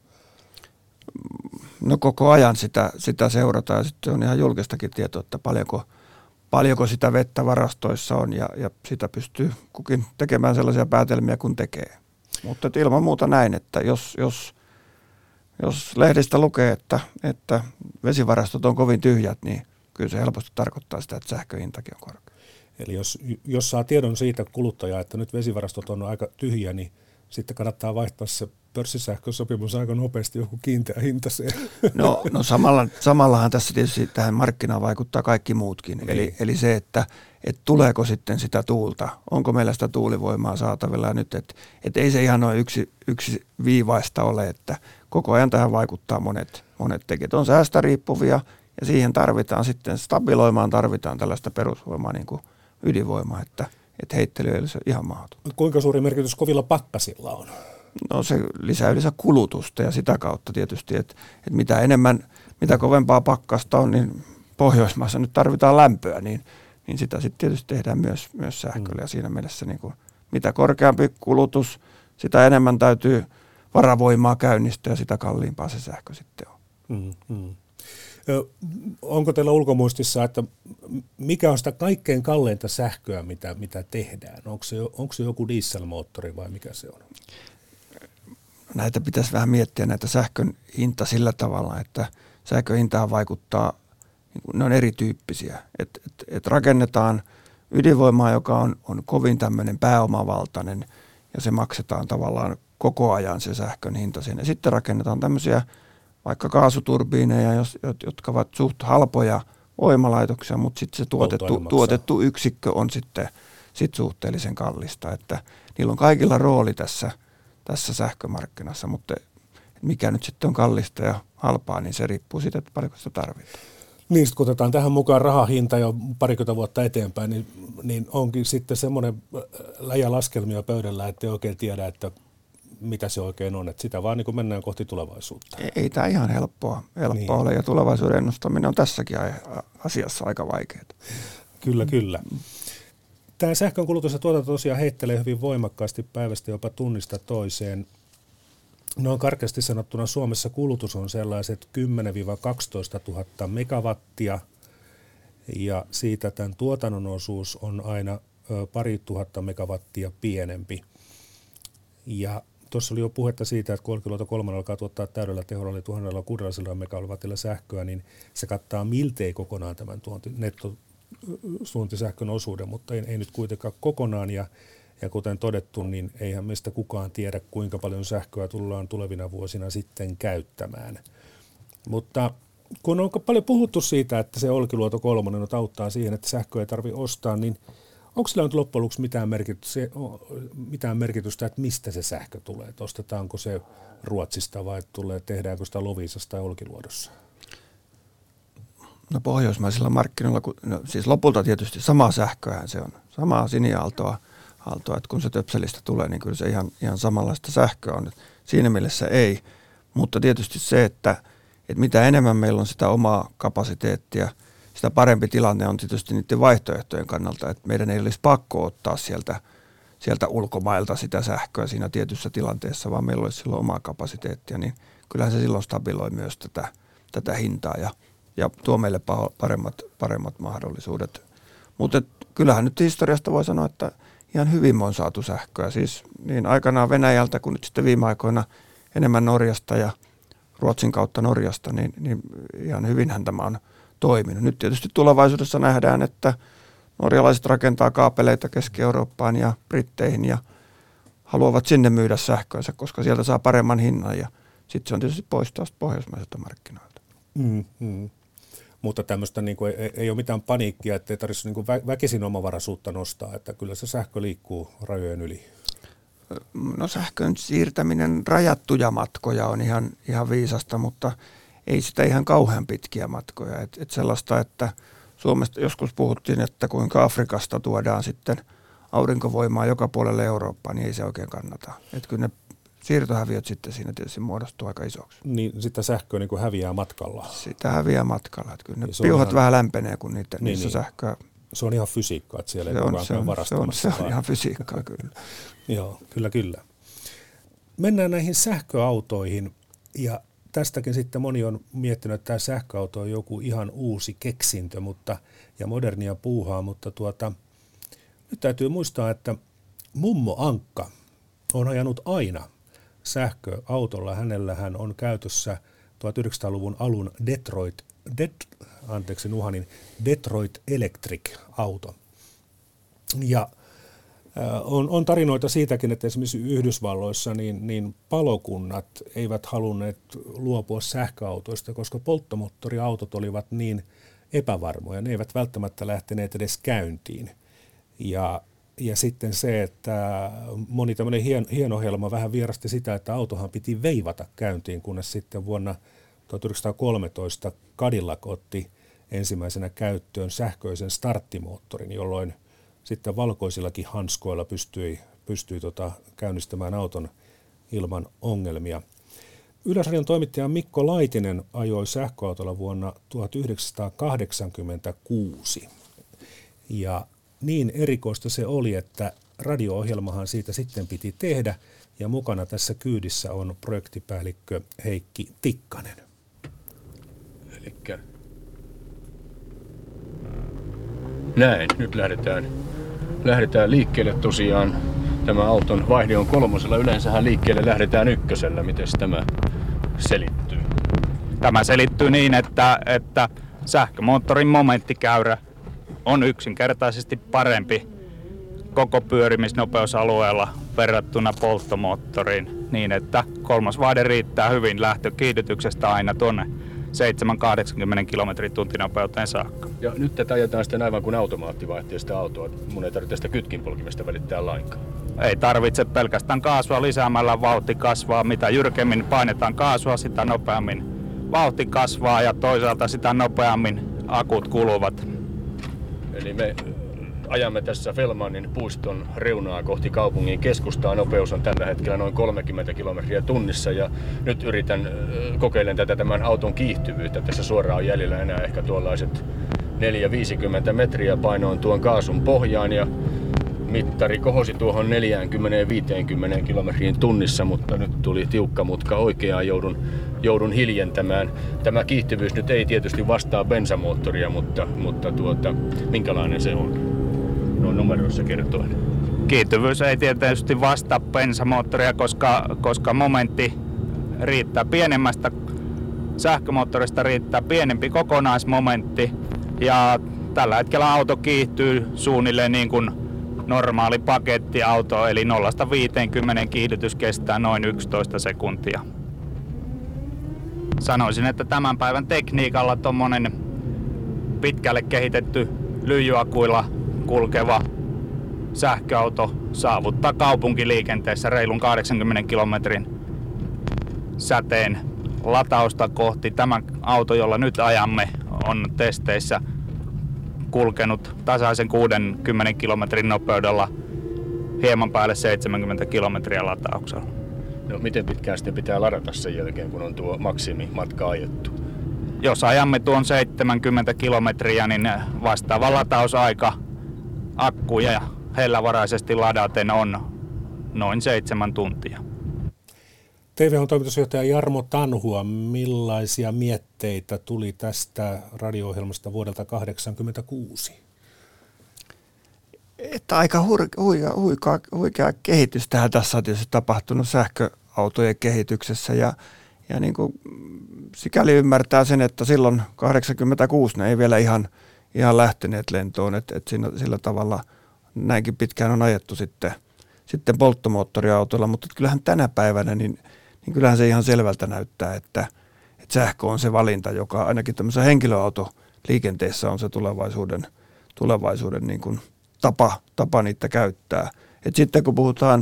No koko ajan sitä, sitä seurataan ja sitten on ihan julkistakin tietoa, että paljonko, paljonko sitä vettä varastoissa on ja, ja sitä pystyy kukin tekemään sellaisia päätelmiä kun tekee. Mutta ilman muuta näin, että jos, jos, jos lehdistä lukee, että, että vesivarastot on kovin tyhjät, niin kyllä se helposti tarkoittaa sitä, että sähköhintakin on korkea. Eli jos, jos saa tiedon siitä kuluttaja, että nyt vesivarastot on aika tyhjiä, niin sitten kannattaa vaihtaa se pörssisähkösopimus aika nopeasti joku kiinteä hintaiseen. No, no samalla, samallahan tässä tietysti tähän markkinaan vaikuttaa kaikki muutkin. Niin. Eli, eli se, että, että tuleeko sitten sitä tuulta, onko meillä sitä tuulivoimaa saatavilla nyt, että, että ei se ihan noin yksi, yksi viivaista ole, että koko ajan tähän vaikuttaa monet, monet tekijät. On säästä riippuvia ja siihen tarvitaan sitten, stabiloimaan tarvitaan tällaista perusvoimaa niin kuin ydinvoimaa, että, että heittely ei ole ihan mahdoton. Kuinka suuri merkitys kovilla pakkasilla on? No se lisää yleensä kulutusta ja sitä kautta tietysti, että, että mitä enemmän, mitä kovempaa pakkasta on, niin Pohjoismaissa nyt tarvitaan lämpöä, niin, niin sitä sitten tietysti tehdään myös, myös sähköllä. Ja siinä mielessä niin kuin, mitä korkeampi kulutus, sitä enemmän täytyy varavoimaa käynnistää ja sitä kalliimpaa se sähkö sitten on. Mm-hmm. Onko teillä ulkomuistissa, että mikä on sitä kaikkein kalleinta sähköä, mitä, mitä tehdään? Onko se, onko se joku dieselmoottori vai mikä se on? Näitä pitäisi vähän miettiä, näitä sähkön hinta sillä tavalla, että sähkön hintaan vaikuttaa, ne on erityyppisiä. Et, et, et rakennetaan ydinvoimaa, joka on, on kovin tämmöinen pääomavaltainen ja se maksetaan tavallaan koko ajan se sähkön hinta sinne. Sitten rakennetaan tämmöisiä vaikka kaasuturbiineja, jotka ovat suht halpoja voimalaitoksia, mutta sitten se tuotettu, tuotettu yksikkö on sitten sit suhteellisen kallista. Että niillä on kaikilla rooli tässä, tässä sähkömarkkinassa, mutta mikä nyt sitten on kallista ja halpaa, niin se riippuu siitä, että paljonko sitä tarvitaan. Niin, kun otetaan tähän mukaan rahahinta jo parikymmentä vuotta eteenpäin, niin, niin onkin sitten semmoinen läjä laskelmia pöydällä, että ei oikein tiedä, että mitä se oikein on. Että sitä vaan niin kuin mennään kohti tulevaisuutta. Ei, ei tämä ihan helppoa, helppoa niin ole, ja tulevaisuuden ennustaminen on tässäkin asiassa aika vaikeaa. Kyllä, kyllä. Tämä sähkön kulutus ja tuotanto tosiaan heittelee hyvin voimakkaasti päivästä jopa tunnista toiseen. Noin karkeasti sanottuna Suomessa kulutus on sellaiset kymmenen kaksitoista tuhatta megawattia, ja siitä tämän tuotannon osuus on aina pari tuhatta megawattia pienempi. Ja tuossa oli jo puhetta siitä, että kun Olkiluoto kolme alkaa tuottaa täydellä teholla, eli tuhatkuusisataa megawattilla sähköä, niin se kattaa miltei kokonaan tämän tuonti, nettosuuntisähkön osuuden, mutta ei, ei nyt kuitenkaan kokonaan. Ja, ja kuten todettu, niin eihän meistä kukaan tiedä, kuinka paljon sähköä tullaan tulevina vuosina sitten käyttämään. Mutta kun on paljon puhuttu siitä, että se Olkiluoto kolmonen auttaa siihen, että sähköä ei tarvitse ostaa, niin onko sillä nyt loppujen lopuksi mitään merkitystä, mitään merkitystä, että mistä se sähkö tulee? Että ostetaanko se Ruotsista vai tulee, tehdäänkö sitä Loviisassa tai Olkiluodossa? No pohjoismaisilla markkinoilla, no, siis lopulta tietysti samaa sähköähän se on, samaa siniaaltoa, aaltoa, että kun se töpselistä tulee, niin kyllä se ihan, ihan samanlaista sähköä on. Siinä mielessä ei, mutta tietysti se, että, että mitä enemmän meillä on sitä omaa kapasiteettia, sitä parempi tilanne on tietysti niiden vaihtoehtojen kannalta, että meidän ei olisi pakko ottaa sieltä, sieltä ulkomailta sitä sähköä siinä tietyssä tilanteessa, vaan meillä olisi silloin omaa kapasiteettia, niin kyllähän se silloin stabiloi myös tätä, tätä hintaa ja, ja tuo meille paremmat, paremmat mahdollisuudet. Mutta kyllähän nyt historiasta voi sanoa, että ihan hyvin on saatu sähköä, siis niin aikanaan Venäjältä kuin nyt sitten viime aikoina enemmän Norjasta ja Ruotsin kautta Norjasta, niin, niin ihan hyvinhän tämä on toiminut. Nyt tietysti tulevaisuudessa nähdään, että norjalaiset rakentaa kaapeleita Keski-Eurooppaan ja Britteihin ja haluavat sinne myydä sähköönsä, koska sieltä saa paremman hinnan ja sitten se on tietysti pois taas pohjoismaiselta markkinoilta. Mm, mm. Mutta tämmöistä niin kuin, ei, ei ole mitään paniikkia, että ei tarvitse niin kuin vä- väkisin omavaraisuutta nostaa, että kyllä se sähkö liikkuu rajojen yli. No sähkön siirtäminen rajattuja matkoja on ihan, ihan viisasta, mutta ei sitä ihan kauhean pitkiä matkoja. Et, et sellaista, että Suomesta joskus puhuttiin, että kuinka Afrikasta tuodaan sitten aurinkovoimaa joka puolelle Eurooppaa, niin ei se oikein kannata. Et kyllä ne siirtohäviöt sitten siinä tietysti muodostuu aika isoksi. Niin sitä sähköä niin kuin häviää matkalla. Sitä häviää matkalla. Et kyllä ne niin piuhat ihan vähän lämpenee, kun niitä, niin, niissä niin. sähköä. Se on ihan fysiikkaa, että siellä se ei on, kukaan se on, varastamassa. Se on, se on ihan fysiikkaa kyllä. Joo, kyllä, kyllä. Mennään näihin sähköautoihin ja tästäkin sitten moni on miettinyt, että tämä sähköauto on joku ihan uusi keksintö mutta, ja modernia puuhaa, mutta tuota, nyt täytyy muistaa, että mummo Ankka on ajanut aina sähköautolla. Hänellähän on käytössä tuhatyhdeksänsataaluvun alun Detroit, Det, anteeksi Nuhanin, Detroit Electric-auto. Ja On, on tarinoita siitäkin, että esimerkiksi Yhdysvalloissa niin, niin palokunnat eivät halunneet luopua sähköautoista, koska polttomoottoriautot olivat niin epävarmoja. Ne eivät välttämättä lähteneet edes käyntiin. Ja, ja sitten se, että moni tämmöinen hien, hieno helma vähän vierasti sitä, että autohan piti veivata käyntiin, kunnes sitten vuonna tuhatyhdeksänsataakolmetoista Cadillac otti ensimmäisenä käyttöön sähköisen starttimoottorin, jolloin sitten valkoisillakin hanskoilla pystyi, pystyi tota, käynnistämään auton ilman ongelmia. Yleisradion toimittaja Mikko Laitinen ajoi sähköautolla vuonna tuhatyhdeksänsataakahdeksankymmentäkuusi. Ja niin erikoista se oli, että radio-ohjelmahan siitä sitten piti tehdä. Ja mukana tässä kyydissä on projektipäällikkö Heikki Tikkanen. Elikkä näin, nyt lähdetään. Lähdetään liikkeelle tosiaan. Tämä auton vaihde on kolmosella. Yleensähän liikkeelle lähdetään ykkösellä. Miten tämä selittyy? Tämä selittyy niin, että, että sähkömoottorin momenttikäyrä on yksinkertaisesti parempi koko pyörimisnopeusalueella verrattuna polttomoottoriin niin, että kolmas vaihde riittää hyvin lähtökiihdytyksestä aina tuonne seitsemän kahdeksankymmentä kilometrin tuntinopeuteen saakka. Ja nyt tätä ajetaan sitten aivan kuin automaattivaihteista autoa. Mun ei tarvitse sitä kytkinpolkimesta välittää lainkaan. Ei tarvitse pelkästään kaasua lisäämällä vauhti kasvaa. Mitä jyrkemmin painetaan kaasua, sitä nopeammin vauhti kasvaa ja toisaalta sitä nopeammin akut kuluvat. Eli me ajamme tässä Fellmanin puiston reunaa kohti kaupungin keskustaa. Nopeus on tällä hetkellä noin kolmekymmentä kilometriä tunnissa ja nyt yritän kokeilen tätä tämän auton kiihtyvyyttä. Tässä suoraan on jäljellä enää ehkä tuollaiset neljä viisikymmentä metriä, painoin tuon kaasun pohjaan ja mittari kohosi tuohon neljäkymmentä viisikymmentä kilometriin tunnissa, mutta nyt tuli tiukka mutka oikeaan, joudun, joudun hiljentämään. Tämä kiihtyvyys nyt ei tietysti vastaa bensamoottoria, mutta, mutta tuota, minkälainen se on? No numeroissa kertoen. Kiihtyvyys ei tietysti vastaa bensamoottoria, koska, koska momentti riittää pienemmästä sähkömoottorista, riittää pienempi kokonaismomentti ja tällä hetkellä auto kiihtyy suunnilleen niin kuin normaali pakettiauto, eli nolla viisikymmentä kiihdytys kestää noin yksitoista sekuntia. Sanoisin, että tämän päivän tekniikalla tuommoinen pitkälle kehitetty lyijyakuilla kulkeva sähköauto saavuttaa kaupunkiliikenteessä reilun kahdeksankymmenen kilometrin säteen latausta kohti. Tämä auto, jolla nyt ajamme, on testeissä kulkenut tasaisen kuudenkymmenen kilometrin nopeudella hieman päälle seitsemänkymmentä kilometriä latauksella. No miten pitkään sitten pitää ladata sen jälkeen, kun on tuo maksimimatka ajettu? Jos ajamme tuon seitsemänkymmentä kilometriä, niin vastaava latausaika akkuja hellävaraisesti ladaten on noin seitsemän tuntia. T V H-toimitusjohtaja Jarmo Tanhua, millaisia mietteitä tuli tästä radio-ohjelmasta vuodelta tuhatyhdeksänsataakahdeksankymmentäkuusi? Että aika huikea, huikea, huikea kehitystähän tässä on tietysti tapahtunut sähköautojen kehityksessä ja, ja niin kuin sikäli ymmärtää sen, että silloin kahdeksankymmentäkuusi ne ei vielä ihan, ihan lähteneet lentoon, että, että siinä, sillä tavalla näinkin pitkään on ajettu sitten, sitten polttomoottoriautoilla, mutta kyllähän tänä päivänä niin niin kyllähän se ihan selvältä näyttää, että, että sähkö on se valinta, joka ainakin tämmöisessä henkilöautoliikenteessä on se tulevaisuuden, tulevaisuuden niin kuin tapa, tapa niitä käyttää. Et sitten kun puhutaan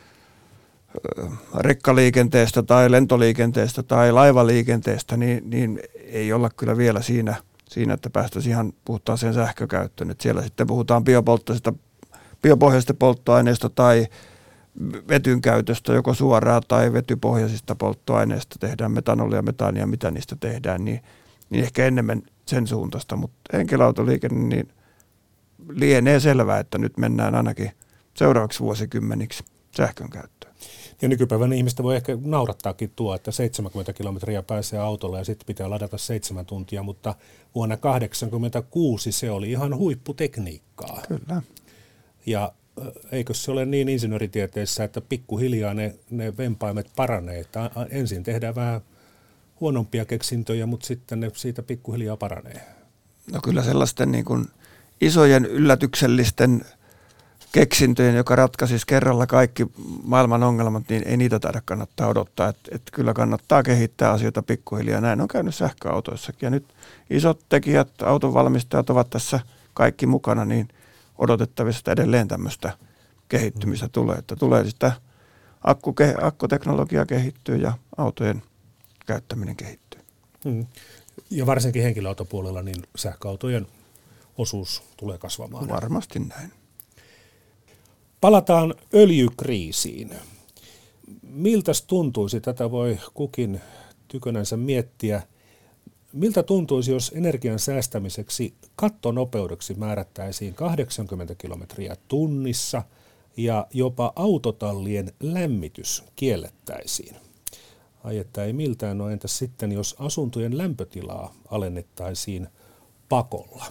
rekkaliikenteestä tai lentoliikenteestä tai laivaliikenteestä, niin, niin ei olla kyllä vielä siinä, siinä että päästäisiin ihan puhtaaseen sähkökäyttöön. Et siellä sitten puhutaan biopolttoisesta, biopohjaisesta polttoaineesta tai vetyn käytöstä joko suoraan tai vetypohjaisista polttoaineista tehdään metanolia, metaania, mitä niistä tehdään, niin, niin ehkä enemmän sen suuntaista, mutta henkilöautoliikenne niin lienee selvää, että nyt mennään ainakin seuraavaksi vuosikymmeniksi sähkön käyttöön. Ja nykypäivänä ihmistä voi ehkä naurattaakin tuo, että seitsemänkymmentä kilometriä pääsee autolla ja sitten pitää ladata seitsemän tuntia, mutta vuonna tuhatyhdeksänsataakahdeksankymmentäkuusi se oli ihan huipputekniikkaa. Kyllä. Ja eikö se ole niin insinööritieteessä, että pikkuhiljaa ne, ne vempaimet paranee, että ensin tehdään vähän huonompia keksintöjä, mutta sitten ne siitä pikkuhiljaa paranee. No kyllä sellaisten niin kuin isojen yllätyksellisten keksintöjen, joka ratkaisisi kerralla kaikki maailman ongelmat, niin ei niitä taida kannattaa odottaa. Että et kyllä kannattaa kehittää asioita pikkuhiljaa. Näin on käynyt sähköautoissakin. Ja nyt isot tekijät, autonvalmistajat ovat tässä kaikki mukana, niin odotettavissa edelleen tämmöistä kehittymistä mm. tulee. Että tulee sitä akku, akkuteknologia kehittyy ja autojen käyttäminen kehittyy. Mm. Ja varsinkin henkilöautopuolella niin sähköautojen osuus tulee kasvamaan. Varmasti näin. Palataan öljykriisiin. Miltäs tuntuisi, tätä voi kukin tykönänsä miettiä, miltä tuntuisi, jos energian säästämiseksi kattonopeudeksi määrättäisiin kahdeksankymmentä kilometriä tunnissa ja jopa autotallien lämmitys kiellettäisiin? Ai että ei miltään, no entäs sitten, jos asuntojen lämpötilaa alennettaisiin pakolla?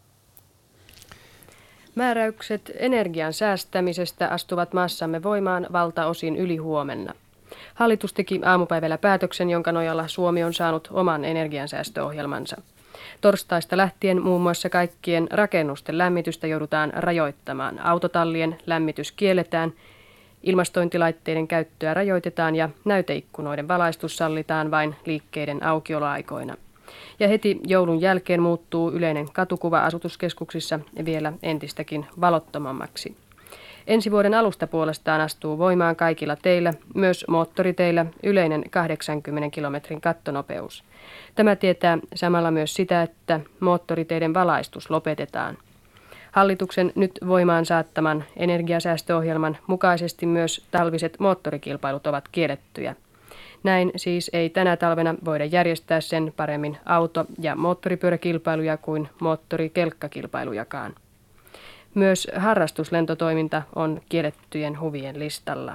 Määräykset energian säästämisestä astuvat maassamme voimaan valtaosin ylihuomenna. Hallitus teki aamupäivällä päätöksen, jonka nojalla Suomi on saanut oman energiansäästöohjelmansa. Torstaista lähtien muun muassa kaikkien rakennusten lämmitystä joudutaan rajoittamaan. Autotallien lämmitys kielletään, ilmastointilaitteiden käyttöä rajoitetaan ja näyteikkunoiden valaistus sallitaan vain liikkeiden aukioloaikoina. Ja heti joulun jälkeen muuttuu yleinen katukuva asutuskeskuksissa vielä entistäkin valottomammaksi. Ensi vuoden alusta puolestaan astuu voimaan kaikilla teillä, myös moottoriteillä, yleinen kahdeksankymmenen kilometrin kattonopeus. Tämä tietää samalla myös sitä, että moottoriteiden valaistus lopetetaan. Hallituksen nyt voimaan saattaman energiasäästöohjelman mukaisesti myös talviset moottorikilpailut ovat kiellettyjä. Näin siis ei tänä talvena voida järjestää sen paremmin auto- ja moottoripyöräkilpailuja kuin moottorikelkkakilpailujakaan. Myös harrastuslentotoiminta on kiellettyjen huvien listalla.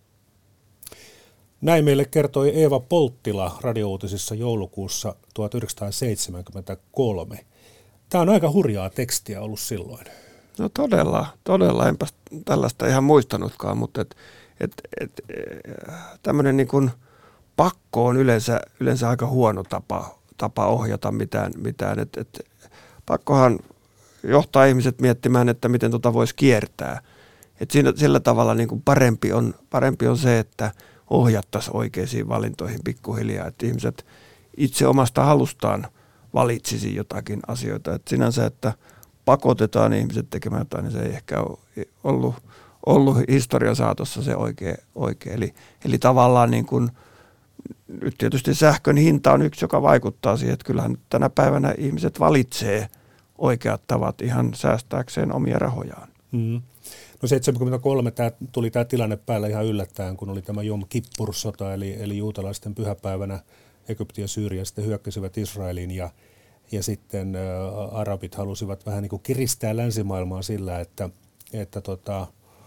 Näin meille kertoi Eeva Polttila radiouutisissa joulukuussa tuhatyhdeksänsataaseitsemänkymmentäkolme. Tämä on aika hurjaa tekstiä ollut silloin. No todella, todella. Enpä tällaista ihan muistanutkaan, mutta et, et, et, tämmöinen niin kuin pakko on yleensä, yleensä aika huono tapa, tapa ohjata mitään. mitään. Et, et, pakkohan johtaa ihmiset miettimään, että miten tota voisi kiertää. Et siinä, sillä tavalla niin kuin parempi, on, parempi on se, että ohjattaisiin oikeisiin valintoihin pikkuhiljaa, että ihmiset itse omasta halustaan valitsisi jotakin asioita. Et sinänsä, että pakotetaan ihmiset tekemään jotain, niin se ei ehkä ole ollut, ollut historian saatossa se oikea. oikea. Eli, eli tavallaan niin kuin, nyt tietysti sähkön hinta on yksi, joka vaikuttaa siihen, että kyllähän tänä päivänä ihmiset valitsee oikeat tavat ihan säästääkseen omia rahojaan. Mm. No seitsemänkymmentäkolme tämä, tuli tämä tilanne päällä ihan yllättäen, kun oli tämä Jom Kippur-sota, eli, eli juutalaisten pyhäpäivänä Egypti ja Syyria sitten hyökkäsivät Israeliin ja, ja sitten ä, arabit halusivat vähän niin kuin kiristää länsimaailmaa sillä, että, että tota,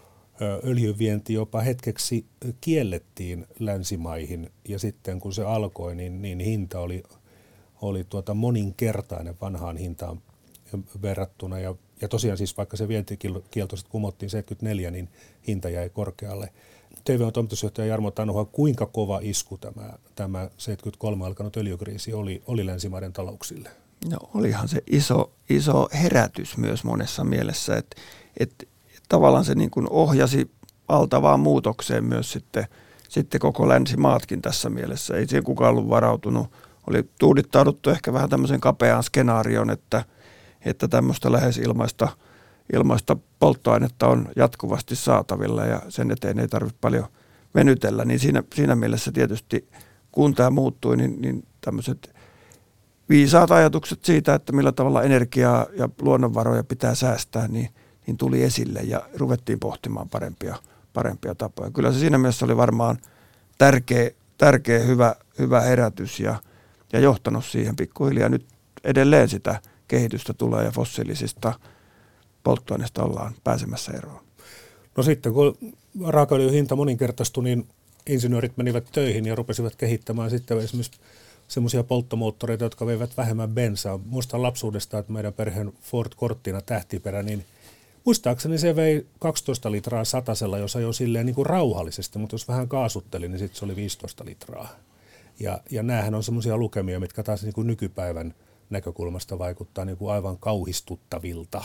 öljyvienti jopa hetkeksi kiellettiin länsimaihin ja sitten kun se alkoi, niin, niin hinta oli, oli tuota moninkertainen vanhaan hintaan verrattuna ja, ja tosiaan siis vaikka se vientikielto sitten kumottiin seitsemänkymmentäneljä, niin hinta jäi korkealle. T V on toimitusjohtaja Jarmo Tanuha, kuinka kova isku tämä, tämä seitsemänkymmentäkolme alkanut öljykriisi oli, oli länsimaiden talouksille? No olihan se iso, iso herätys myös monessa mielessä, että et, tavallaan se niin kuin ohjasi valtavaan muutokseen myös sitten, sitten koko länsimaatkin tässä mielessä. Ei siihen kukaan ollut varautunut. Oli tuudittauduttu ehkä vähän tämmöisen kapeaan skenaarioon, että, että tämmöistä lähes ilmaista, ilmaista polttoainetta on jatkuvasti saatavilla ja sen eteen ei tarvitse paljon venytellä. Niin siinä, siinä mielessä tietysti kun tämä muuttui, niin, niin tämmöiset viisaat ajatukset siitä, että millä tavalla energiaa ja luonnonvaroja pitää säästää, niin niin tuli esille ja ruvettiin pohtimaan parempia, parempia tapoja. Kyllä se siinä mielessä oli varmaan tärkeä, tärkeä hyvä, hyvä herätys ja, ja johtanut siihen pikkuhiljaa. Nyt edelleen sitä kehitystä tulee ja fossiilisista polttoaineista ollaan pääsemässä eroon. No sitten kun raakaöljyn hinta moninkertaistui, niin insinöörit menivät töihin ja rupesivat kehittämään sitten esimerkiksi semmoisia polttomoottoreita, jotka veivät vähemmän bensaa. Muistan lapsuudesta, että meidän perheen Ford Cortina tähtiperä, niin muistaakseni se vei kaksitoista litraa satasella, jos ajoi silleen niin kuin rauhallisesti, mutta jos vähän kaasutteli, niin sitten se oli viisitoista litraa. Ja, ja näähän on semmoisia lukemia, mitkä taas niin kuin nykypäivän näkökulmasta vaikuttaa niin kuin aivan kauhistuttavilta.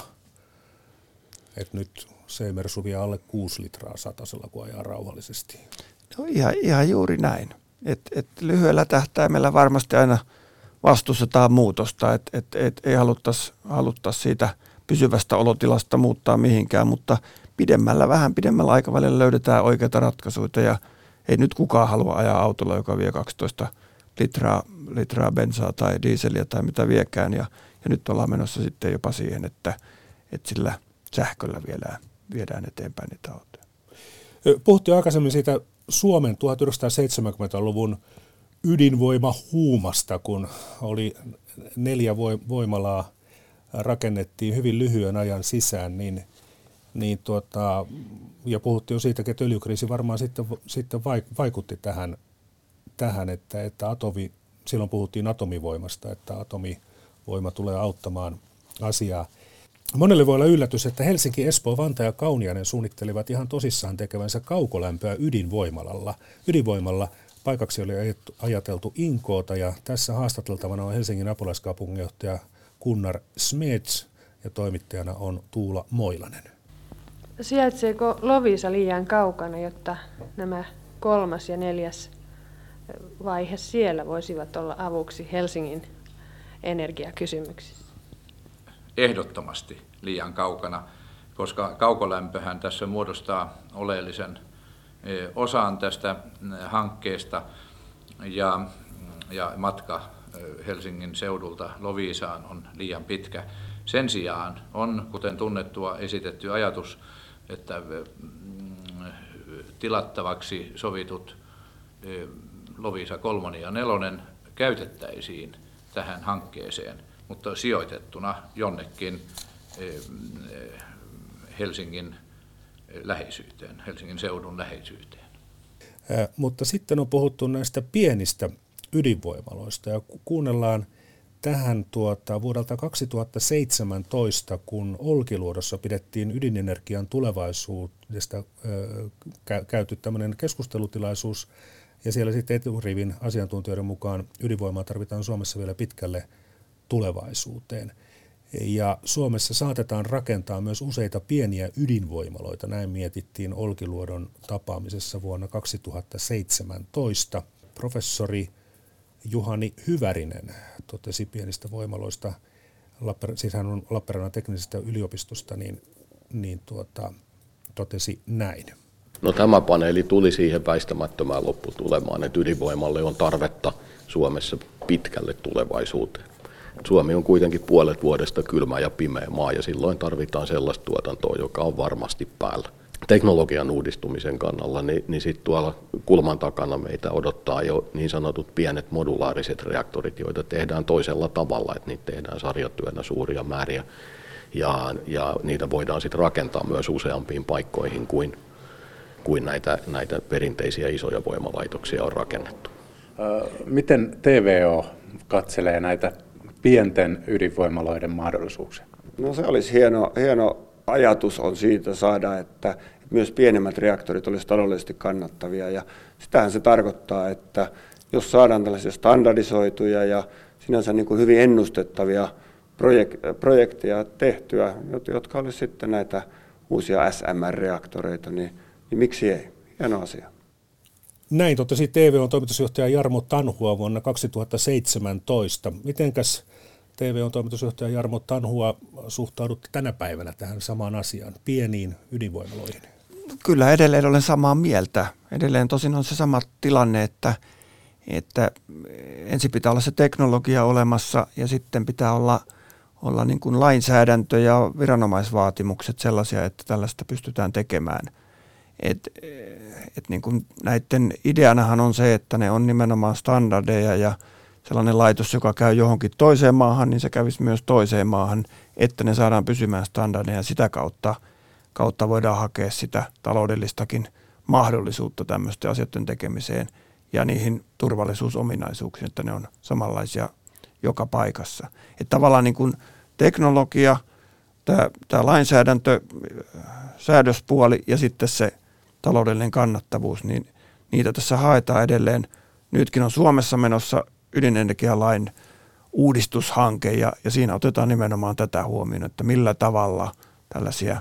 Et nyt se ei mersu vie alle kuusi litraa satasella, kun ajaa rauhallisesti. No ihan, ihan juuri näin. Et, et lyhyellä tähtäimellä varmasti aina vastustetaan muutosta, että et, et ei haluttaisi haluttais siitä pysyvästä olotilasta muuttaa mihinkään, mutta pidemmällä, vähän pidemmällä aikavälillä löydetään oikeita ratkaisuja ja ei nyt kukaan halua ajaa autolla, joka vie kaksitoista litraa, litraa bensaa tai diiseliä tai mitä viekään ja, ja nyt ollaan menossa sitten jopa siihen, että, että sillä sähköllä viedään, viedään eteenpäin niitä autoja. Puhuttiin aikaisemmin siitä Suomen tuhatyhdeksänsataaseitsemänkymmentäluvun ydinvoimahuumasta, kun oli neljä voimalaa rakennettiin hyvin lyhyen ajan sisään, niin, niin tuota, ja puhuttiin jo siitä, että öljykriisi varmaan sitten, sitten vaikutti tähän, tähän että, että atomi, silloin puhuttiin atomivoimasta, että atomivoima tulee auttamaan asiaa. Monelle voi olla yllätys, että Helsinki, Espoo, Vantaa ja Kauniainen suunnittelivat ihan tosissaan tekevänsä kaukolämpöä ydinvoimalalla. Ydinvoimalla paikaksi oli ajateltu Inkoota ja tässä haastateltavana on Helsingin apulaiskaupunginjohtaja Gunnar Smets ja toimittajana on Tuula Moilanen. Sijaitseeko Loviisa liian kaukana, jotta nämä kolmas ja neljäs vaihe siellä voisivat olla avuksi Helsingin energiakysymyksissä? Ehdottomasti liian kaukana. koska kaukolämpöhän tässä muodostaa oleellisen osan tästä hankkeesta ja, ja matka Helsingin seudulta Loviisaan on liian pitkä. Sen sijaan on, kuten tunnettua, esitetty ajatus, että tilattavaksi sovitut Loviisa kolmonen ja nelonen käytettäisiin tähän hankkeeseen, mutta sijoitettuna jonnekin Helsingin läheisyyteen, Helsingin seudun läheisyyteen. Ä, mutta sitten on puhuttu näistä pienistä ydinvoimaloista ja kuunnellaan tähän tuota, vuodelta kaksituhattaseitsemäntoista, kun Olkiluodossa pidettiin ydinenergian tulevaisuudesta ä, käyty tämmöinen keskustelutilaisuus, ja siellä sitten eturivin asiantuntijoiden mukaan ydinvoimaa tarvitaan Suomessa vielä pitkälle tulevaisuuteen. Ja Suomessa saatetaan rakentaa myös useita pieniä ydinvoimaloita, näin mietittiin Olkiluodon tapaamisessa vuonna kaksituhattaseitsemäntoista. Professori Juhani Hyvärinen totesi pienistä voimaloista, siis hän on Lappeenrannan teknisestä yliopistosta, niin, niin tuota, totesi näin. No tämä paneeli tuli siihen väistämättömään lopputulemaan, että ydinvoimalle on tarvetta Suomessa pitkälle tulevaisuuteen. Suomi on kuitenkin puolet vuodesta kylmä ja pimeä maa ja silloin tarvitaan sellaista tuotantoa, joka on varmasti päällä. Teknologian uudistumisen kannalla, niin, niin sitten tuolla kulman takana meitä odottaa jo niin sanotut pienet modulaariset reaktorit, joita tehdään toisella tavalla, että niitä tehdään sarjatyönä suuria määriä ja, ja niitä voidaan sitten rakentaa myös useampiin paikkoihin kuin, kuin näitä, näitä perinteisiä isoja voimalaitoksia on rakennettu. Miten T V O katselee näitä pienten ydinvoimaloiden mahdollisuuksia? No se olisi hieno, hieno ajatus on siitä saada, että myös pienemmät reaktorit olisi taloudellisesti kannattavia. Ja sitähän se tarkoittaa, että jos saadaan tällaisia standardisoituja ja sinänsä niin kuin hyvin ennustettavia projek- projekteja tehtyä, jotka olisi sitten näitä uusia S M R-reaktoreita, niin, niin miksi ei? Hieno asia. Näin totesi T V O:n toimitusjohtaja Jarmo Tanhua vuonna kaksituhattaseitsemäntoista. Mitenkäs T V O:n toimitusjohtaja Jarmo Tanhua suhtaudut tänä päivänä tähän samaan asiaan, pieniin ydinvoimaloihin? Kyllä edelleen olen samaa mieltä. Edelleen tosin on se sama tilanne, että, että ensin pitää olla se teknologia olemassa ja sitten pitää olla, olla niin kuin lainsäädäntö ja viranomaisvaatimukset sellaisia, että tällaista pystytään tekemään. Et, et niin kuin näiden ideanahan on se, että ne on nimenomaan standardeja ja sellainen laitos, joka käy johonkin toiseen maahan, niin se kävisi myös toiseen maahan, että ne saadaan pysymään standardeja ja sitä kautta, kautta voidaan hakea sitä taloudellistakin mahdollisuutta tämmöisten asioiden tekemiseen ja niihin turvallisuusominaisuuksiin, että ne on samanlaisia joka paikassa. Että tavallaan niin kuin teknologia, tämä, tämä lainsäädäntö, säädöspuoli ja sitten se taloudellinen kannattavuus, niin niitä tässä haetaan edelleen. Nytkin on Suomessa menossa ydinenergialain uudistushanke ja, ja siinä otetaan nimenomaan tätä huomioon, että millä tavalla tällaisia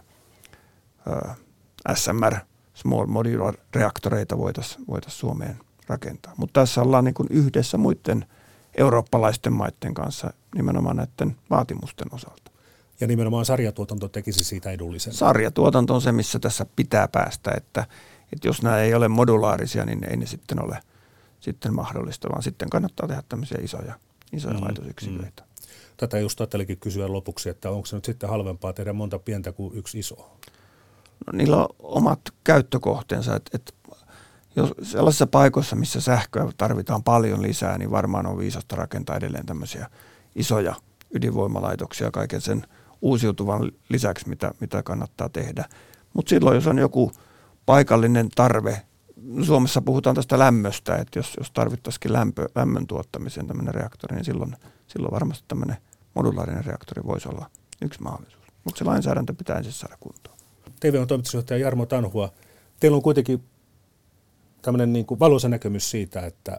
ö, S M R, small modular reaktoreita voitaisiin voitais Suomeen rakentaa. Mutta tässä ollaan niin kuin yhdessä muiden eurooppalaisten maiden kanssa nimenomaan näiden vaatimusten osalta. Ja nimenomaan sarjatuotanto tekisi siitä edullisen. Sarjatuotanto on se, missä tässä pitää päästä, että, että jos nämä ei ole modulaarisia, niin ei ne sitten ole sitten mahdollista, vaan sitten kannattaa tehdä tämmöisiä isoja, isoja mm, laitosyksiköitä. Mm. Tätä just ajattelikin kysyä lopuksi, että onko se nyt sitten halvempaa tehdä monta pientä kuin yksi iso? No, niillä on omat käyttökohteensa, että, että jos sellaisissa paikoissa, missä sähköä tarvitaan paljon lisää, niin varmaan on viisasta rakentaa edelleen tämmöisiä isoja ydinvoimalaitoksia kaiken sen uusiutuvan lisäksi, mitä, mitä kannattaa tehdä. Mutta silloin, jos on joku paikallinen tarve, Suomessa puhutaan tästä lämmöstä, että jos, jos tarvittaisikin lämpö, lämmön tuottamiseen tämmöinen reaktori, niin silloin, silloin varmasti tämmöinen modulaarinen reaktori voisi olla yksi mahdollisuus. Mutta se lainsäädäntö pitää ensin saada kuntoon. T V O:n toimitusjohtaja Jarmo Tanhua, teillä on kuitenkin tämmöinen niin kuin valoisa näkemys siitä, että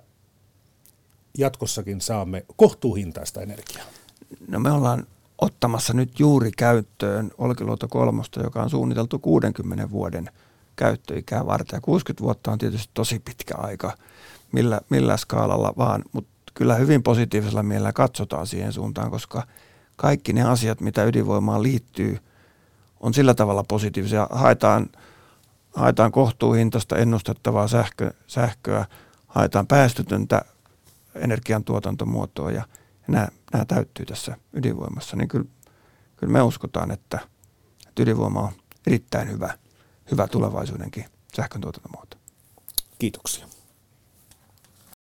jatkossakin saamme kohtuuhintaista energiaa. No me ollaan ottamassa nyt juuri käyttöön Olkiluoto kolmosta, joka on suunniteltu kuudenkymmenen vuoden käyttöikää varten. Ja kuusikymmentä vuotta on tietysti tosi pitkä aika, millä, millä skaalalla vaan, mutta kyllä hyvin positiivisella mielellä katsotaan siihen suuntaan, koska kaikki ne asiat, mitä ydinvoimaan liittyy, on sillä tavalla positiivisia. Haetaan, haetaan kohtuuhintaista ennustettavaa sähkö, sähköä, haetaan päästötöntä energiantuotantomuotoa ja nämä, nämä täyttyy tässä ydinvoimassa. Niin kyllä, kyllä me uskotaan, että, että ydinvoima on erittäin hyvä, hyvä tulevaisuudenkin sähköntuotantomuoto. Kiitoksia.